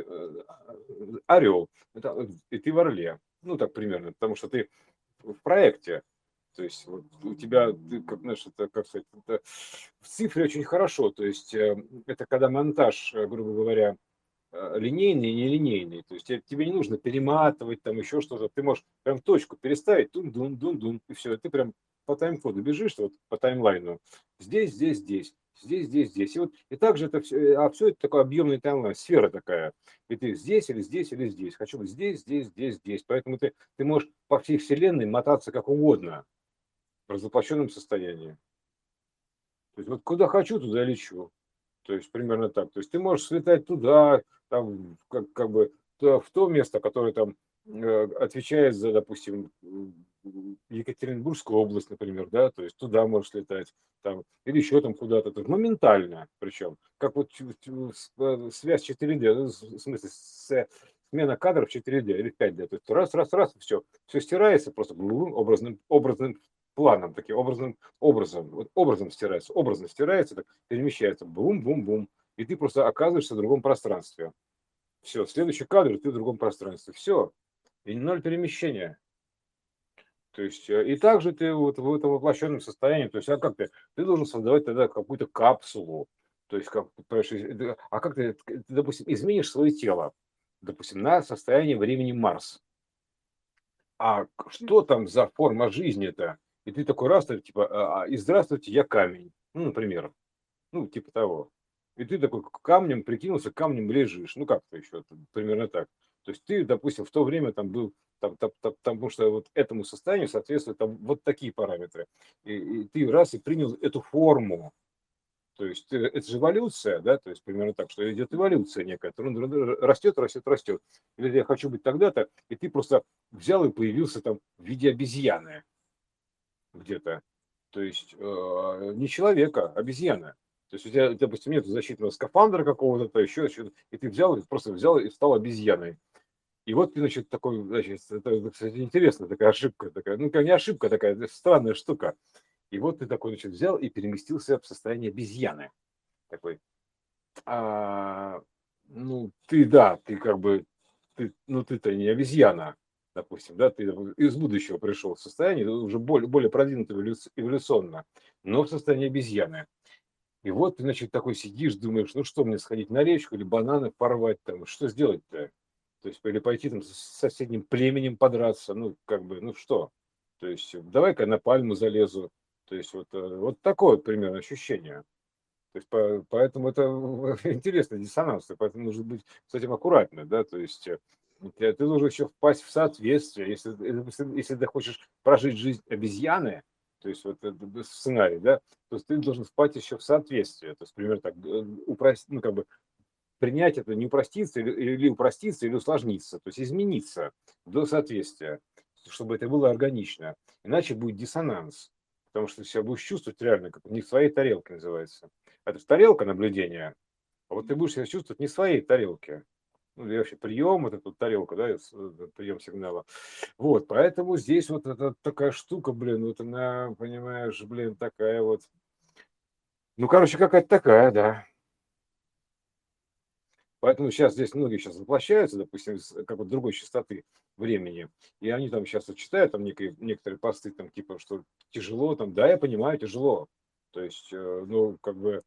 Орел, и ты в Орле. Ну так примерно, потому что ты в проекте. То есть вот у тебя, ты, как, знаешь, это, как сказать, это в цифре очень хорошо. То есть это когда монтаж, грубо говоря, линейный и нелинейный. То есть тебе не нужно перематывать, там еще что-то. Ты можешь прям точку переставить, дун-дун-дун-дун, и все. И ты прям по тайм-коду бежишь, вот по таймлайну. Здесь, здесь, здесь. Здесь, здесь, здесь. И вот и также это все, а все это такой объемный таймлайн, сфера такая. И ты здесь или здесь или здесь. Хочу быть здесь, здесь, здесь, здесь. Поэтому ты можешь по всей вселенной мотаться как угодно в разоплощенном состоянии. То есть вот куда хочу, туда лечу. То есть примерно так. То есть ты можешь слетать туда, там, как бы в то место, которое там отвечает за, допустим, Екатеринбургскую область, например, да, то есть туда можешь летать, там, или еще там куда-то, то есть моментально, причем, как вот связь 4D, в смысле, смена кадров 4D или 5D, то есть раз, все стирается просто образным планом, таким образом стирается, образно стирается, так перемещается, бум-бум-бум, и ты просто оказываешься в другом пространстве. Все, следующий кадр, и ты в другом пространстве. Все, и ноль перемещения. То есть, и также ты вот в этом воплощенном состоянии, то есть, а как ты должен создавать тогда какую-то капсулу, то есть, как, а как ты, допустим, изменишь свое тело, допустим, на состояние времени Марс, а что там за форма жизни-то? И ты такой раз, типа, и здравствуйте, я камень, ну, например, ну, типа того. И ты такой камнем прикинулся, камнем лежишь, ну, как-то еще, примерно так. То есть ты, допустим, в то время там был, потому что вот этому состоянию соответствуют там вот такие параметры. И ты раз и принял эту форму. То есть это же эволюция, да, то есть примерно так, что идет эволюция некая, растет, растет, растет. Или я хочу быть тогда-то, и ты просто взял и появился там в виде обезьяны где-то. То есть не человека, а обезьяна. То есть у тебя, допустим, нет защитного скафандра какого-то, еще, и ты взял, и просто взял и стал обезьяной. И вот ты, значит, такой, значит, это, кстати, интересная такая ошибка, такая, ну, как не ошибка, такая странная штука. И вот ты такой, значит, взял и переместился в состояние обезьяны. Такой, а, ну, ты, да, ты как бы, ну, ты-то не обезьяна, допустим, да, ты из будущего пришел в состояние, уже более продвинуто эволюционно, но в состоянии обезьяны. И вот ты, значит, такой сидишь, думаешь, ну что, мне сходить на речку или бананы порвать там, что сделать-то? То есть, или пойти там с соседним племенем подраться, ну, как бы, ну что? То есть, давай-ка на пальму залезу. То есть, вот такое вот примерно ощущение. То есть, поэтому это интересный диссонанс, и поэтому нужно быть с этим аккуратно, да, то есть ты должен еще впасть в соответствие, если ты хочешь прожить жизнь обезьяны, то есть вот этот сценарий, да, то есть ты должен впасть еще в соответствие, то есть, примерно так, упростить, ну, как бы принять это, не упроститься, или упроститься, или усложниться, то есть измениться до соответствия, чтобы это было органично, иначе будет диссонанс, потому что ты себя будешь чувствовать реально, как не в своей тарелке называется. Это же тарелка наблюдения, а вот ты будешь себя чувствовать не в своей тарелке. Ну, и вообще прием, вот эту тарелку, да, прием сигнала. Вот, поэтому здесь вот эта такая штука, блин, вот она, понимаешь, блин, такая вот. Ну, короче, какая-то такая, да. Поэтому сейчас здесь многие сейчас воплощаются, допустим, с как другой частоты времени, и они там сейчас вот читают там некоторые посты, там типа, что тяжело, там, да, я понимаю, тяжело. То есть, ну, как бы,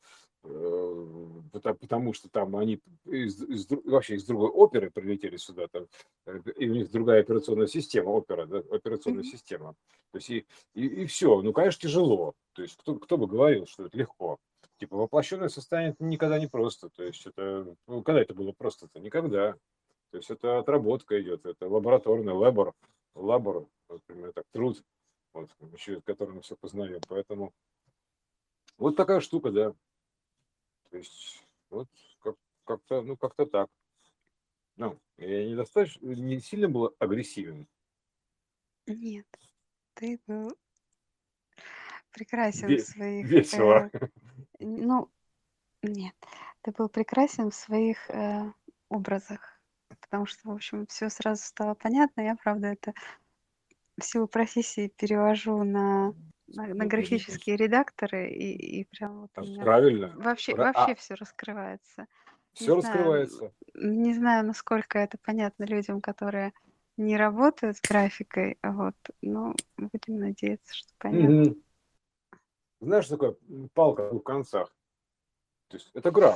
потому что там они вообще из другой оперы прилетели сюда, там, и у них другая операционная система, опера, да, операционная Мгм. система. То есть, и все, ну, конечно, тяжело. То есть, кто бы говорил, что это легко. Типа воплощенное состояние это никогда не просто. То есть это, ну, когда это было просто-то? Никогда. То есть это отработка идет, это лабораторный лабор, например, так, труд, вот, через который мы все познаем. Поэтому вот такая штука, да. То есть вот как, как-то, ну, как-то так. Ну, я недостаточно, не сильно был агрессивен. Нет, ты был прекрасен в своих, Весело. ну, нет, ты был прекрасен в своих образах, потому что, в общем, все сразу стало понятно. Я, правда, это в силу профессии перевожу на графические редакторы, и прям вот у меня Правильно. вообще все раскрывается. Не Все знаю, раскрывается. не знаю, насколько это понятно людям, которые не работают с графикой, вот, но будем надеяться, что понятно. Мгм. Знаешь, что такое палка в двух концах? То есть это граф.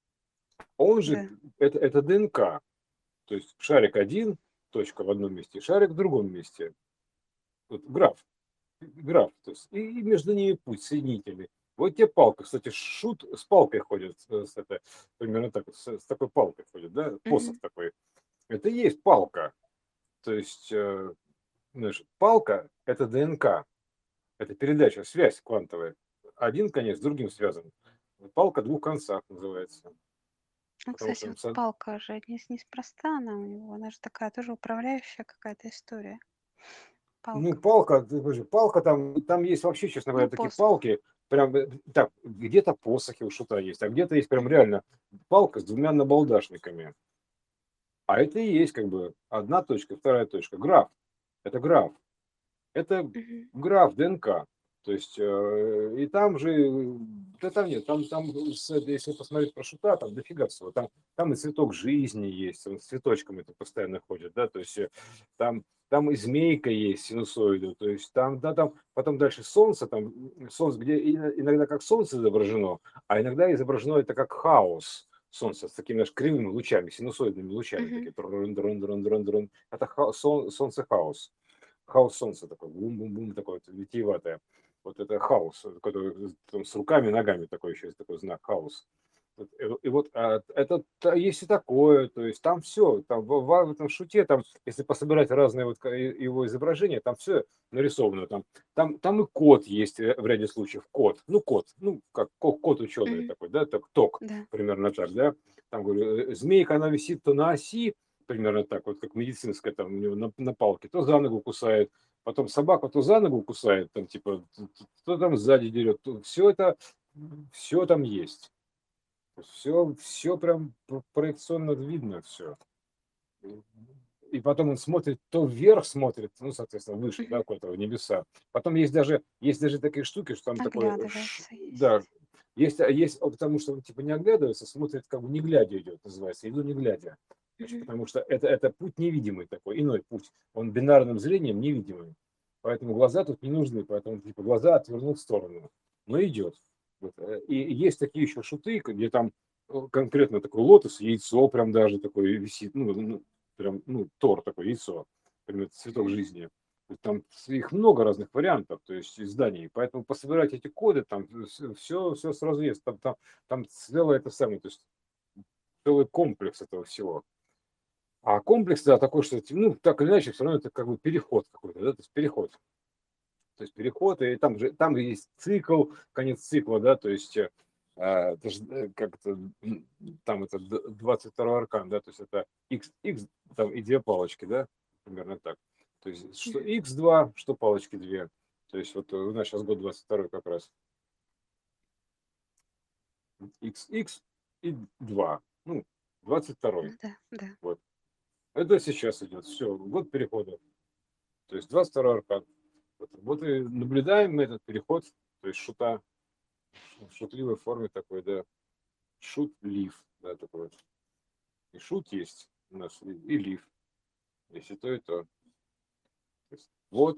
Он же, Да. это ДНК. То есть шарик один, точка в одном месте, шарик в другом месте. Вот граф, то есть, и между ними путь соединительный. Вот тебе палка. Кстати, шут с палкой ходит, примерно так, с такой палкой ходит, да, посох Мгм. такой. Это и есть палка. То есть, знаешь, палка – это ДНК, это передача, связь квантовая. Один конец с другим связан. Палка двух концах называется. Ну, Потому кстати, что вот палка же неспроста она у него, она же такая тоже управляющая какая-то история. ну, Палка. палка, ты говоришь, палка там есть вообще, честно Ну, говоря, такие посох. палки, прям, так, где-то посохи у шута есть, а где-то есть прям реально палка с двумя набалдашниками. А это и есть как бы одна точка, вторая точка. Граф. Это граф. Это Мгм. граф ДНК. То есть, и там же, да там нет, если посмотреть про шута, там дофига всего. Там и цветок жизни есть, он с цветочками это постоянно ходит, да, то есть там и змейка есть синусоида, то есть там, да, там, потом дальше солнце, солнце, где иногда как солнце изображено, а иногда изображено это как хаос солнца с такими аж кривыми лучами, синусоидными лучами, Мгм. такие, трун-трун-трун-трун-трун. Это солнце хаос. Хаос солнца такой, бум-бум-бум, такой вот витиеватое. Вот это хаос, который там с руками, ногами такой еще есть такой знак хаос. И вот есть и такое, то есть там все, там в этом шуте, там, если пособирать разные вот его изображения, там все нарисовано, там и кот есть в ряде случаев, кот, ну, как кот ученый Мгм. такой, да, так, ток, Да. примерно так, да, там, говорю, змейка, она висит то на оси, примерно так, вот как медицинская там у него на палке, то за ногу кусает, потом собака то за ногу кусает, там, типа, то там сзади дерет, все там есть. Все прям проекционно видно все. И потом он смотрит, то вверх смотрит, ну, соответственно, выше, да, Мгм. куда-то в небеса. Потом есть даже такие штуки, что там такой, Оглядывается да, есть. потому что он типа не оглядывается, смотрит, как бы не глядя идет, называется, иду не глядя. Значит, Мгм. потому что это путь невидимый такой, иной путь. Он бинарным зрением невидимый. Поэтому глаза тут не нужны, поэтому типа глаза отвернут в сторону. Но идет. Вот. И есть такие еще шуты, где там конкретно такой лотос, яйцо прям даже такое висит, ну, прям, ну, тор такое, яйцо, например, цветок Мгм. жизни. Там их много разных вариантов, то есть изданий. Поэтому пособирать эти коды, там все сразу есть. Там целое это самое, то есть целый комплекс этого всего. А комплекс, да, такой, что, ну, так или иначе, все равно это как бы переход какой-то, да, то есть переход. То есть переход, и там же есть цикл, конец цикла, да, то есть это как-то там это 22 аркан, да, то есть это x там и две палочки, да, примерно так. То есть что Мгм. x2, что палочки две. То есть вот у нас сейчас год 22 как раз. XX и 2, ну, 22. Ну да, да. Вот. Это сейчас идет. Все, год перехода. То есть 22 аркан. Вот и наблюдаем мы этот переход, то есть шута в шутливой форме такой, да, шут-лив, да, такой вот. И шут есть у нас, и лив. Если то, и то. То есть вот,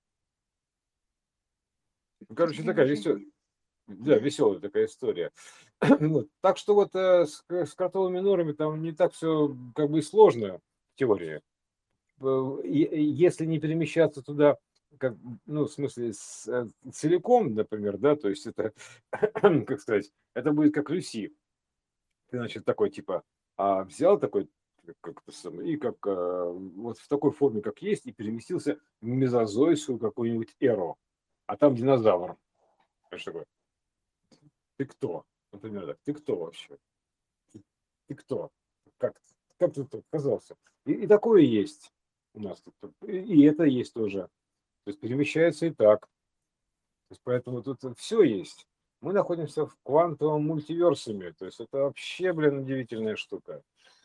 ну, короче, такая веселая, Переложение. да, Да. веселая такая история. Вот. Так что вот с кротовыми норами там не так все как бы и сложно в теории. Если не перемещаться туда, как, ну, в смысле, целиком, например, да, то есть это, как сказать, это будет как Люси. Ты, значит, такой, типа, взял такой, как-то самое, и как вот в такой форме, как есть, и переместился в мезозойскую какую-нибудь эру. А там динозавр. Знаешь, такой, ты кто? Например, так, ты кто вообще? Ты кто? Как, как ты тут оказался? И такое есть у нас тут. И это есть тоже. То есть перемещается и так. То есть поэтому тут все есть. Мы находимся в квантовом мультиверсуме. То есть это вообще, блин, удивительная штука.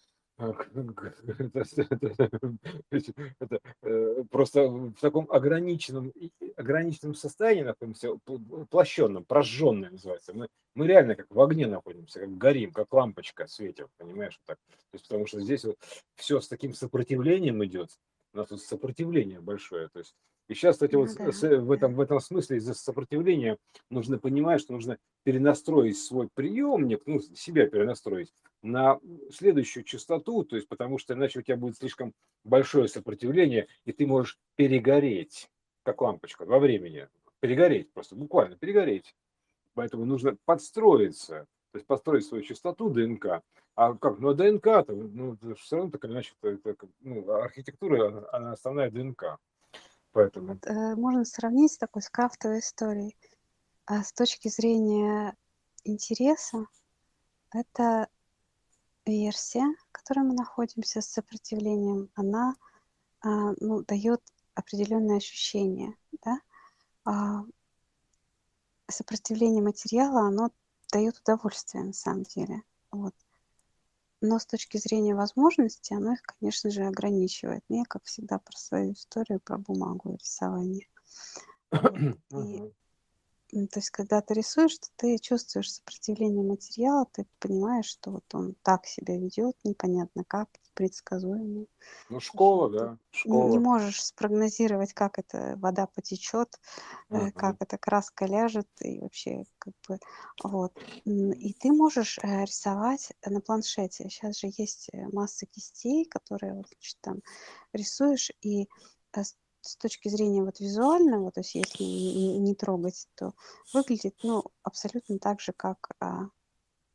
Просто в таком ограниченном состоянии находимся, уплощенном, прожженном называется. Мы реально как в огне находимся, как горим, как лампочка светим, понимаешь, вот так. То есть, потому что здесь вот все с таким сопротивлением идет, у нас тут сопротивление большое, то есть. И сейчас, кстати, вот Ну да, в да. этом смысле из-за сопротивления нужно понимать, что нужно перенастроить свой приемник, ну, себя перенастроить на следующую частоту, то есть потому что иначе у тебя будет слишком большое сопротивление, и ты можешь перегореть, как лампочка во времени. Перегореть просто, буквально перегореть. Поэтому нужно подстроиться, то есть подстроить свою частоту ДНК. А как? Ну, ДНК-то, ну, все равно так или иначе, ну, архитектура, она основная ДНК. Поэтому. Вот, можно сравнить с крафтовой историей. С точки зрения интереса, эта версия, в которой мы находимся с сопротивлением, она ну, дает определенные ощущения, да. А сопротивление материала, оно дает удовольствие на самом деле. Вот. Но с точки зрения возможностей, оно их, конечно же, ограничивает. Ну, я, как всегда, про свою историю, про бумагу и рисование. Вот. И Мгм. То есть, когда ты рисуешь, то ты чувствуешь сопротивление материала, ты понимаешь, что вот он так себя ведет, непонятно как, предсказуемо, Ну, что школа, ты да, не школа. можешь спрогнозировать, как эта вода потечет, как Мгм. эта краска ляжет, и вообще как бы вот. И ты можешь рисовать на планшете. Сейчас же есть масса кистей, которые вот, значит, там рисуешь, и с точки зрения вот визуального, то есть если не трогать, то выглядит, ну, абсолютно так же, как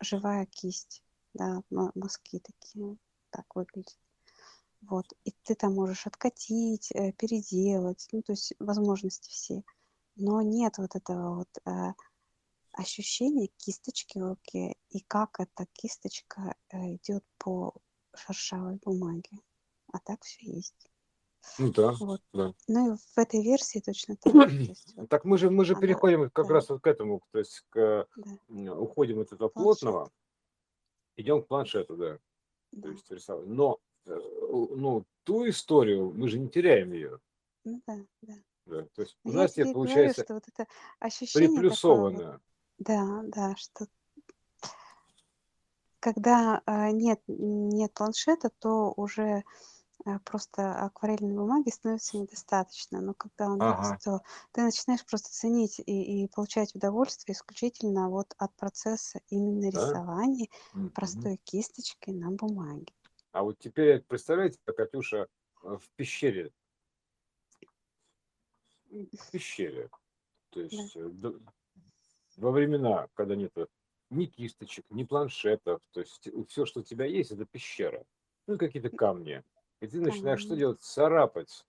живая кисть, да, мазки такие, так выглядит. Вот, и ты там можешь откатить, переделать, ну, то есть возможности все. Но нет вот этого вот ощущения кисточки в руке и как эта кисточка идет по шершавой бумаге. А так все есть. Ну да, Вот. да. Ну и в этой версии точно так же. То есть вот Так мы же она, переходим как да, раз вот к этому, то есть да, уходим от этого планшет, плотного, идем к планшету, да, то да. есть рисовать. Но ну, ту историю мы же не теряем ее, Ну да, да. да. То есть Но у я нас теперь тебе и говорю, получается что вот это ощущение такое вот, приплюсованное. да, да, что когда нет планшета, то уже просто акварельной бумаги становится недостаточно. Но когда он есть, Ага. то ты начинаешь просто ценить и получать удовольствие исключительно вот от процесса именно Да? рисования Мгм. простой кисточкой на бумаге. А вот теперь представляете, Катюша в пещере, в пещере, то Да. есть во времена, когда нет ни кисточек, ни планшетов, то есть все, что у тебя есть, это пещера, ну и какие-то камни. И ты начинаешь что Камни. делать? Царапать.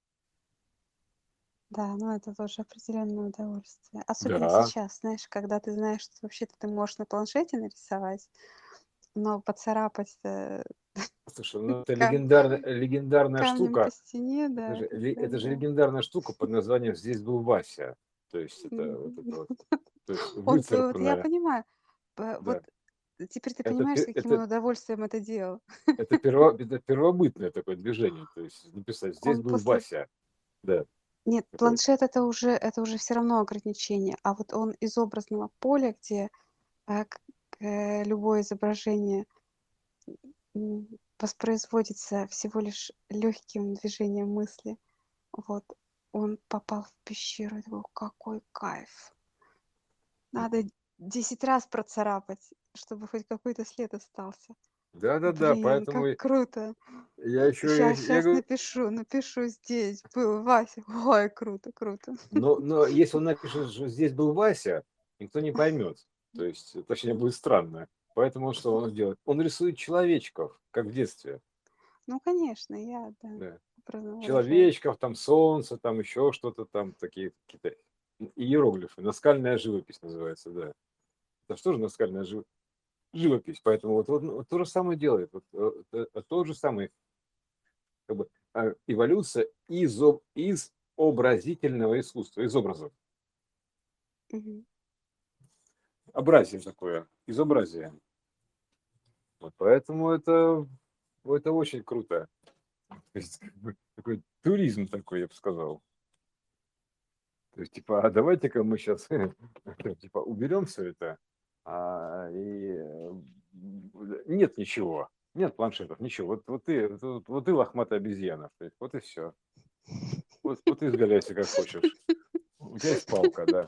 Да, ну это тоже определенное удовольствие. Особенно Да. сейчас, знаешь, когда ты знаешь, что вообще-то ты можешь на планшете нарисовать, но поцарапать Слушай, ну это кам- легендарная камнем по штука. стене, Это да, же, это это прям, же да. легендарная штука под названием «Здесь был Вася». То есть это вот Мгм. это вот, то есть Вот я выцарапанная, понимаю, вот да. теперь ты Это, понимаешь, с пе- каким он это, удовольствием это делал. это первобытное такое движение. То есть написать «Здесь Он был после... Вася». Да, Нет, такой. планшет это уже все равно ограничение, а вот он из образного поля, где любое изображение м, воспроизводится всего лишь легким движением мысли. Вот он попал в пещеру, я думаю, какой кайф. Надо 10 раз процарапать, чтобы хоть какой-то след остался. Да-да-да, Блин, как поэтому круто. я еще, я Сейчас говорю, напишу здесь был Вася. Ой, круто, круто. но если он напишет, что здесь был Вася, никто не поймет. То есть, точнее, будет странно. Поэтому что он делает? Он рисует человечков, как в детстве. Ну, конечно, я, да, Да. образно выражаюсь. Человечков, там солнце, там еще что-то там, такие какие-то иероглифы. Наскальная живопись называется, да. Это что же наскальная живопись? Поэтому вот то же самое делает. Вот, тот же самый как бы, эволюция из образительного искусства, из образов. Мгм. Образие такое, изобразие. Вот поэтому это очень круто. То есть, как бы, такой туризм такой, я бы сказал. То есть, типа, а давайте-ка мы сейчас, типа, уберем все это, нет ничего, нет планшетов, ничего. Вот ты лохматая обезьяна, то есть, вот и все. Вот ты изгаляйся как хочешь. У тебя есть палка, да.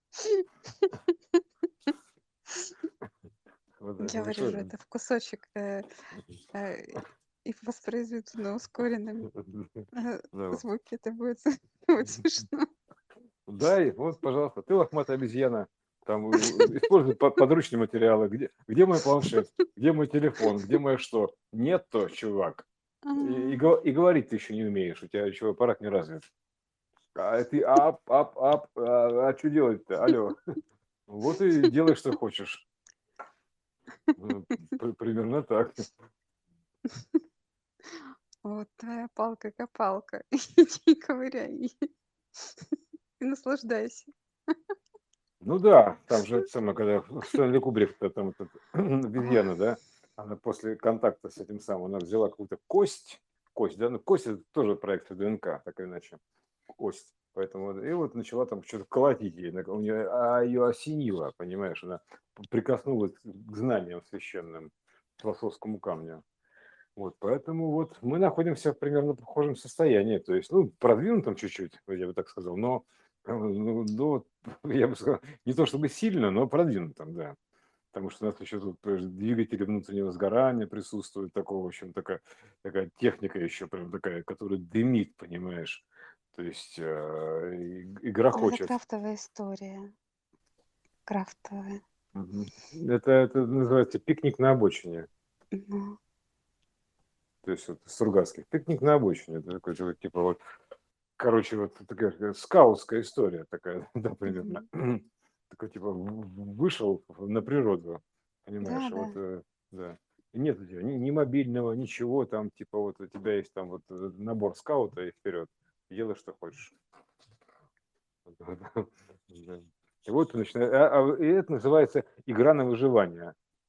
Вот, Я вырежу что? это в кусочек э, и воспроизведу на ускоренном Да, вот. звуке. Это будет очень смешно. Да, и вот, пожалуйста, ты лохматая обезьяна, там используй подручные материалы. Где мой планшет? Где мой телефон? Где мое что? Нет то, чувак. А, И говорить ты еще не умеешь, у тебя еще аппарат не развит. А ты что делать-то? Алло. Вот и делай, что хочешь. Ну, примерно так. Вот твоя палка-копалка. Иди ковыряй и наслаждайся. Ну да, там же это самое, когда Стэнли Кубрик, там этот, обезьяна, да, она после контакта с этим самым, она взяла какую-то кость, да, ну кость это тоже проекция ДНК, так или иначе, кость. Поэтому, и вот начала там что-то колотить ей, у нее, ее осенило, понимаешь, она прикоснулась к знаниям священным, к философскому камню. Вот, поэтому вот мы находимся в примерно похожем состоянии, то есть, ну, продвинутом чуть-чуть, я бы так сказал, но, вот, я бы сказал, не то чтобы сильно, но продвинутом, да. Потому что у нас еще тут двигатели внутреннего сгорания присутствуют, такого, в общем, такая техника еще прям такая, которая дымит, понимаешь, то есть и Ну, это грохочет. крафтовая история. Крафтовая. Мгм. Это называется пикник на обочине. Ну, То есть вот Сургатских. Пикник на обочине. Это такой, типа вот, короче, вот такая скаутская история такая, да, примерно. мгм. Такой типа вышел на природу, Да, понимаешь, да. вот, да. И нет у тебя ни мобильного, ничего там, типа вот у тебя есть там вот набор скаута и вперед, делай, что хочешь. Да. И вот ты начинаешь, и это называется игра на выживание.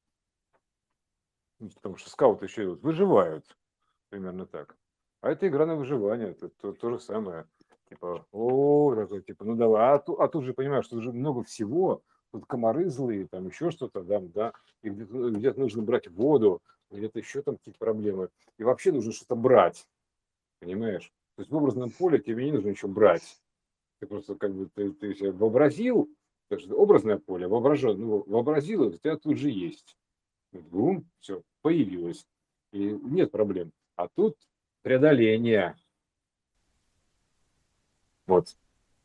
Потому что скауты еще и вот выживают, примерно так. А это игра на выживание, это то же самое. Типа, такой, типа, ну давай, тут же понимаешь, что уже много всего, тут комары злые, там еще что-то, да, и где-то нужно брать воду, где-то еще там какие-то проблемы. И вообще нужно что-то брать, понимаешь? То есть в образном поле тебе не нужно ничего брать. Ты просто как бы ты себе вообразил, так что образное поле, вообразил, у тебя тут же есть. Бум, все, появилось. И нет проблем. А тут преодоление. Вот.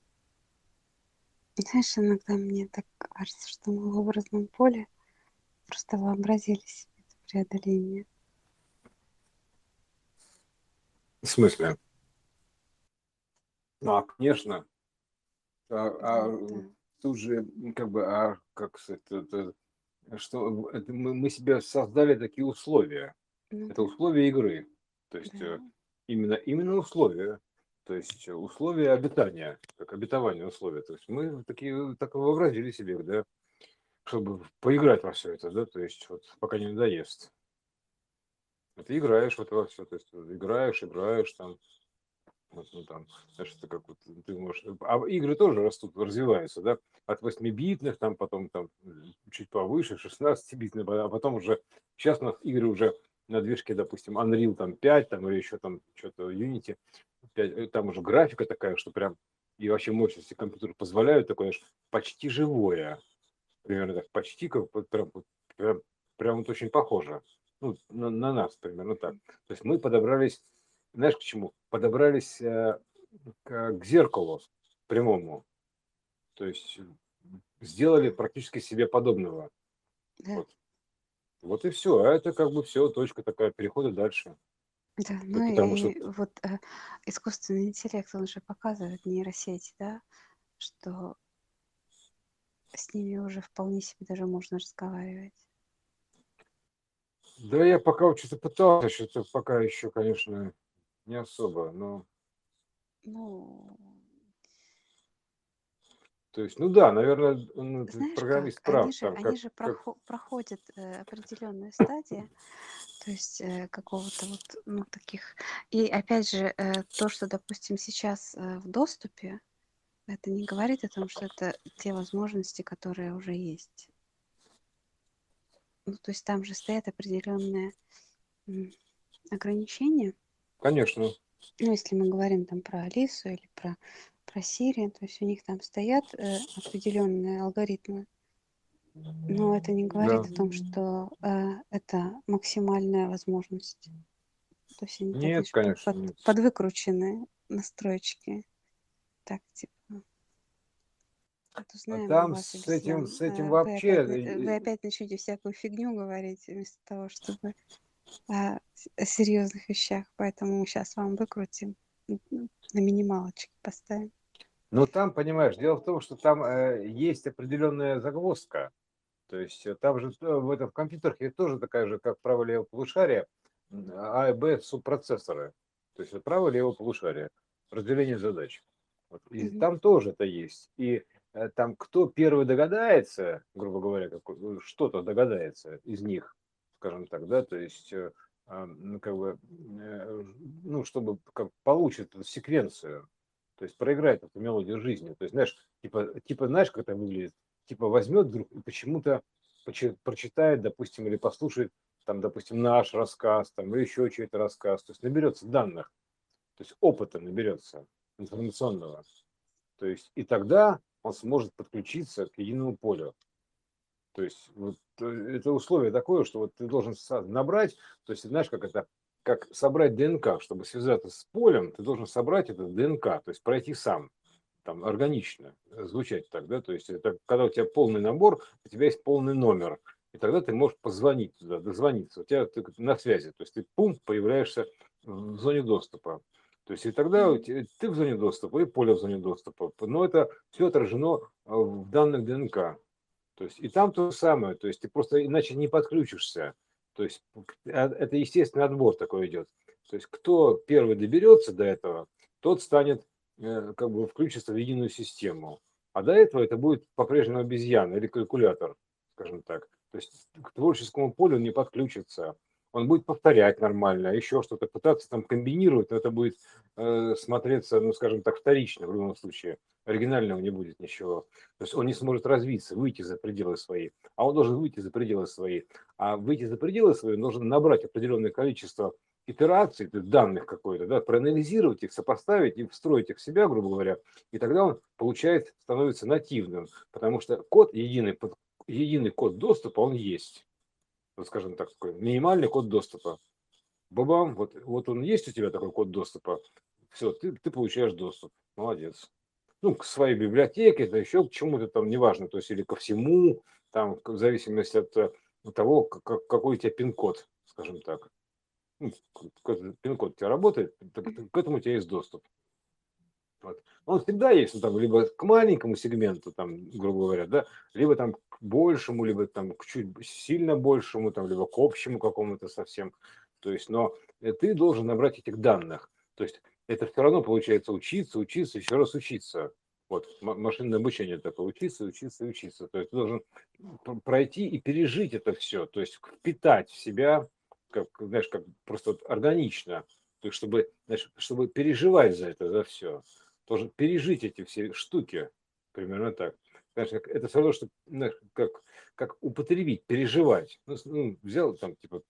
Знаешь, иногда мне так кажется, что мы в образном поле просто вообразили себе это преодоление. В смысле? Ну, конечно. Да, да. Тут же, как бы, как сказать, что мы себе создали такие условия. Ну Это да, условия игры. То есть да. именно условия. То есть условия обитания, как обетование условия. То есть мы такие так и вообразили себе, да, чтобы поиграть во все это, да, то есть вот пока не надоест. Ты играешь вот во все, то есть играешь там, вот, ну там, знаешь, это как вот ты можешь, игры тоже растут, развиваются, да, от 8-битных, там потом там чуть повыше, 16-битных, а потом уже, сейчас у нас игры уже на движке, допустим, Unreal там 5, там, или еще там что-то Unity 5, там уже графика такая, что прям, и вообще мощности компьютера позволяют, такое, знаешь, почти живое, примерно так, почти как вот прям вот очень похоже. Ну, на нас примерно так. То есть мы подобрались, знаешь, к чему? Подобрались к зеркалу прямому. То есть сделали Да, практически себе подобного. да, Вот. Вот и все. А это как бы все, точка такая перехода дальше. да. Ну Потому что, и вот искусственный интеллект, он же показывает нейросети, да, что с ними уже вполне себе даже можно разговаривать. да, я пока вот что-то пытался, что-то пока еще, конечно, не особо, но, Ну, то есть, ну да, наверное, знаешь как, программист прав, там, они же как проходят определенные стадии, то есть какого-то вот, ну, таких... И опять же, то, что, допустим, сейчас в доступе, это не говорит о том, что это те возможности, которые уже есть. Ну, то есть там же стоят определенные ограничения. конечно. Ну, если мы говорим там про Алису или про Сири, то есть у них там стоят определенные алгоритмы. Но это не Да. говорит о том, что это максимальная возможность. То есть они так, Нет, знаешь, конечно, нет. подвыкручены настройки. Так, типа, вот А узнаем мы там вас, с обезьян. этим вообще, Вы опять начнете всякую фигню говорить, вместо того, чтобы о серьезных вещах. Поэтому сейчас вам выкрутим, на минималочке поставим. но там, понимаешь, дело в том, что там есть определенная загвоздка. То есть там же в компьютерах есть тоже такая же, как право-лево полушарие, А и Б субпроцессоры. То есть вот право-лево полушарие, разделение задач. Вот. И Мгм. там тоже это есть. И там кто первый догадается, грубо говоря, что-то догадается из них, скажем так, да, то есть, ну, как бы, ну, чтобы как получит эту секвенцию, то есть проиграет эту мелодию жизни. То есть, знаешь, типа, знаешь, как это выглядит? Типа возьмет вдруг и почему-то прочитает, допустим, или послушает, там, допустим, наш рассказ, там, или еще чей-то рассказ. То есть наберется данных, то есть опыта наберется информационного. То есть и тогда он сможет подключиться к единому полю. То есть вот это условие такое, что вот ты должен набрать, то есть знаешь, как это, как собрать ДНК, чтобы связаться с полем, ты должен собрать это ДНК, то есть пройти сам. там органично звучать так, да, то есть это когда у тебя полный набор, у тебя есть полный номер, и тогда ты можешь позвонить туда, дозвониться, у тебя ты на связи, то есть ты пум, появляешься в зоне доступа. То есть и тогда ты в зоне доступа, и поле в зоне доступа. Но это все отражено в данных ДНК. То есть и там то же самое, то есть ты просто иначе не подключишься. То есть это естественный отбор такой идет. То есть кто первый доберется до этого, тот станет как бы включится в единую систему. А до этого это будет по-прежнему обезьяна или калькулятор, скажем так. То есть к творческому полю не подключится. Он будет повторять нормально, еще что-то пытаться там комбинировать, но это будет смотреться, ну, скажем так, вторично в любом случае. Оригинального не будет ничего. То есть он не сможет развиться, выйти за пределы свои. А он должен выйти за пределы свои. А выйти за пределы свои нужно набрать определенное количество итераций, то есть данных какой-то, да, проанализировать их, сопоставить и встроить их в себя, грубо говоря, и тогда он получает, становится нативным, потому что код, единый код доступа, он есть. Вот, скажем так, такой минимальный код доступа. Бабам, вот он есть у тебя такой код доступа, все, ты получаешь доступ. Молодец. Ну, к своей библиотеке, это еще к чему-то там, неважно, то есть или ко всему, там, в зависимости от того, какой у тебя пин-код, скажем так. Ну, пин-код у тебя работает, к этому у тебя есть доступ. Вот. Он всегда есть, ну, там, либо к маленькому сегменту, там, грубо говоря, да, либо там к большему, либо там к чуть сильно большему, там, либо к общему какому-то совсем. То есть, но ты должен набрать этих данных. То есть это все равно получается учиться, учиться, еще раз учиться. Вот машинное обучение такое, учиться, учиться, учиться. То есть ты должен пройти и пережить это все, то есть впитать в себя, как, знаешь, как просто вот органично, то есть чтобы, знаешь, чтобы переживать за это, за все должен пережить эти все штуки, примерно так. Знаешь, это все равно, что, знаешь, как употребить, переживать. Ну, взял там, типа,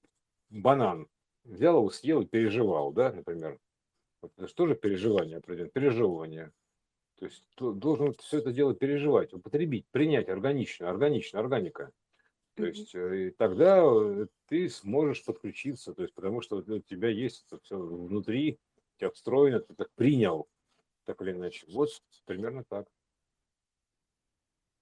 банан, взял его, съел и переживал, да, например. Вот это же тоже переживание определенное, пережевывание. То есть должен все это дело переживать, употребить, принять органично, органика. То есть и тогда ты сможешь подключиться, то есть потому что вот у тебя есть это все внутри, у тебя встроено, ты так принял, так или иначе. Вот примерно так.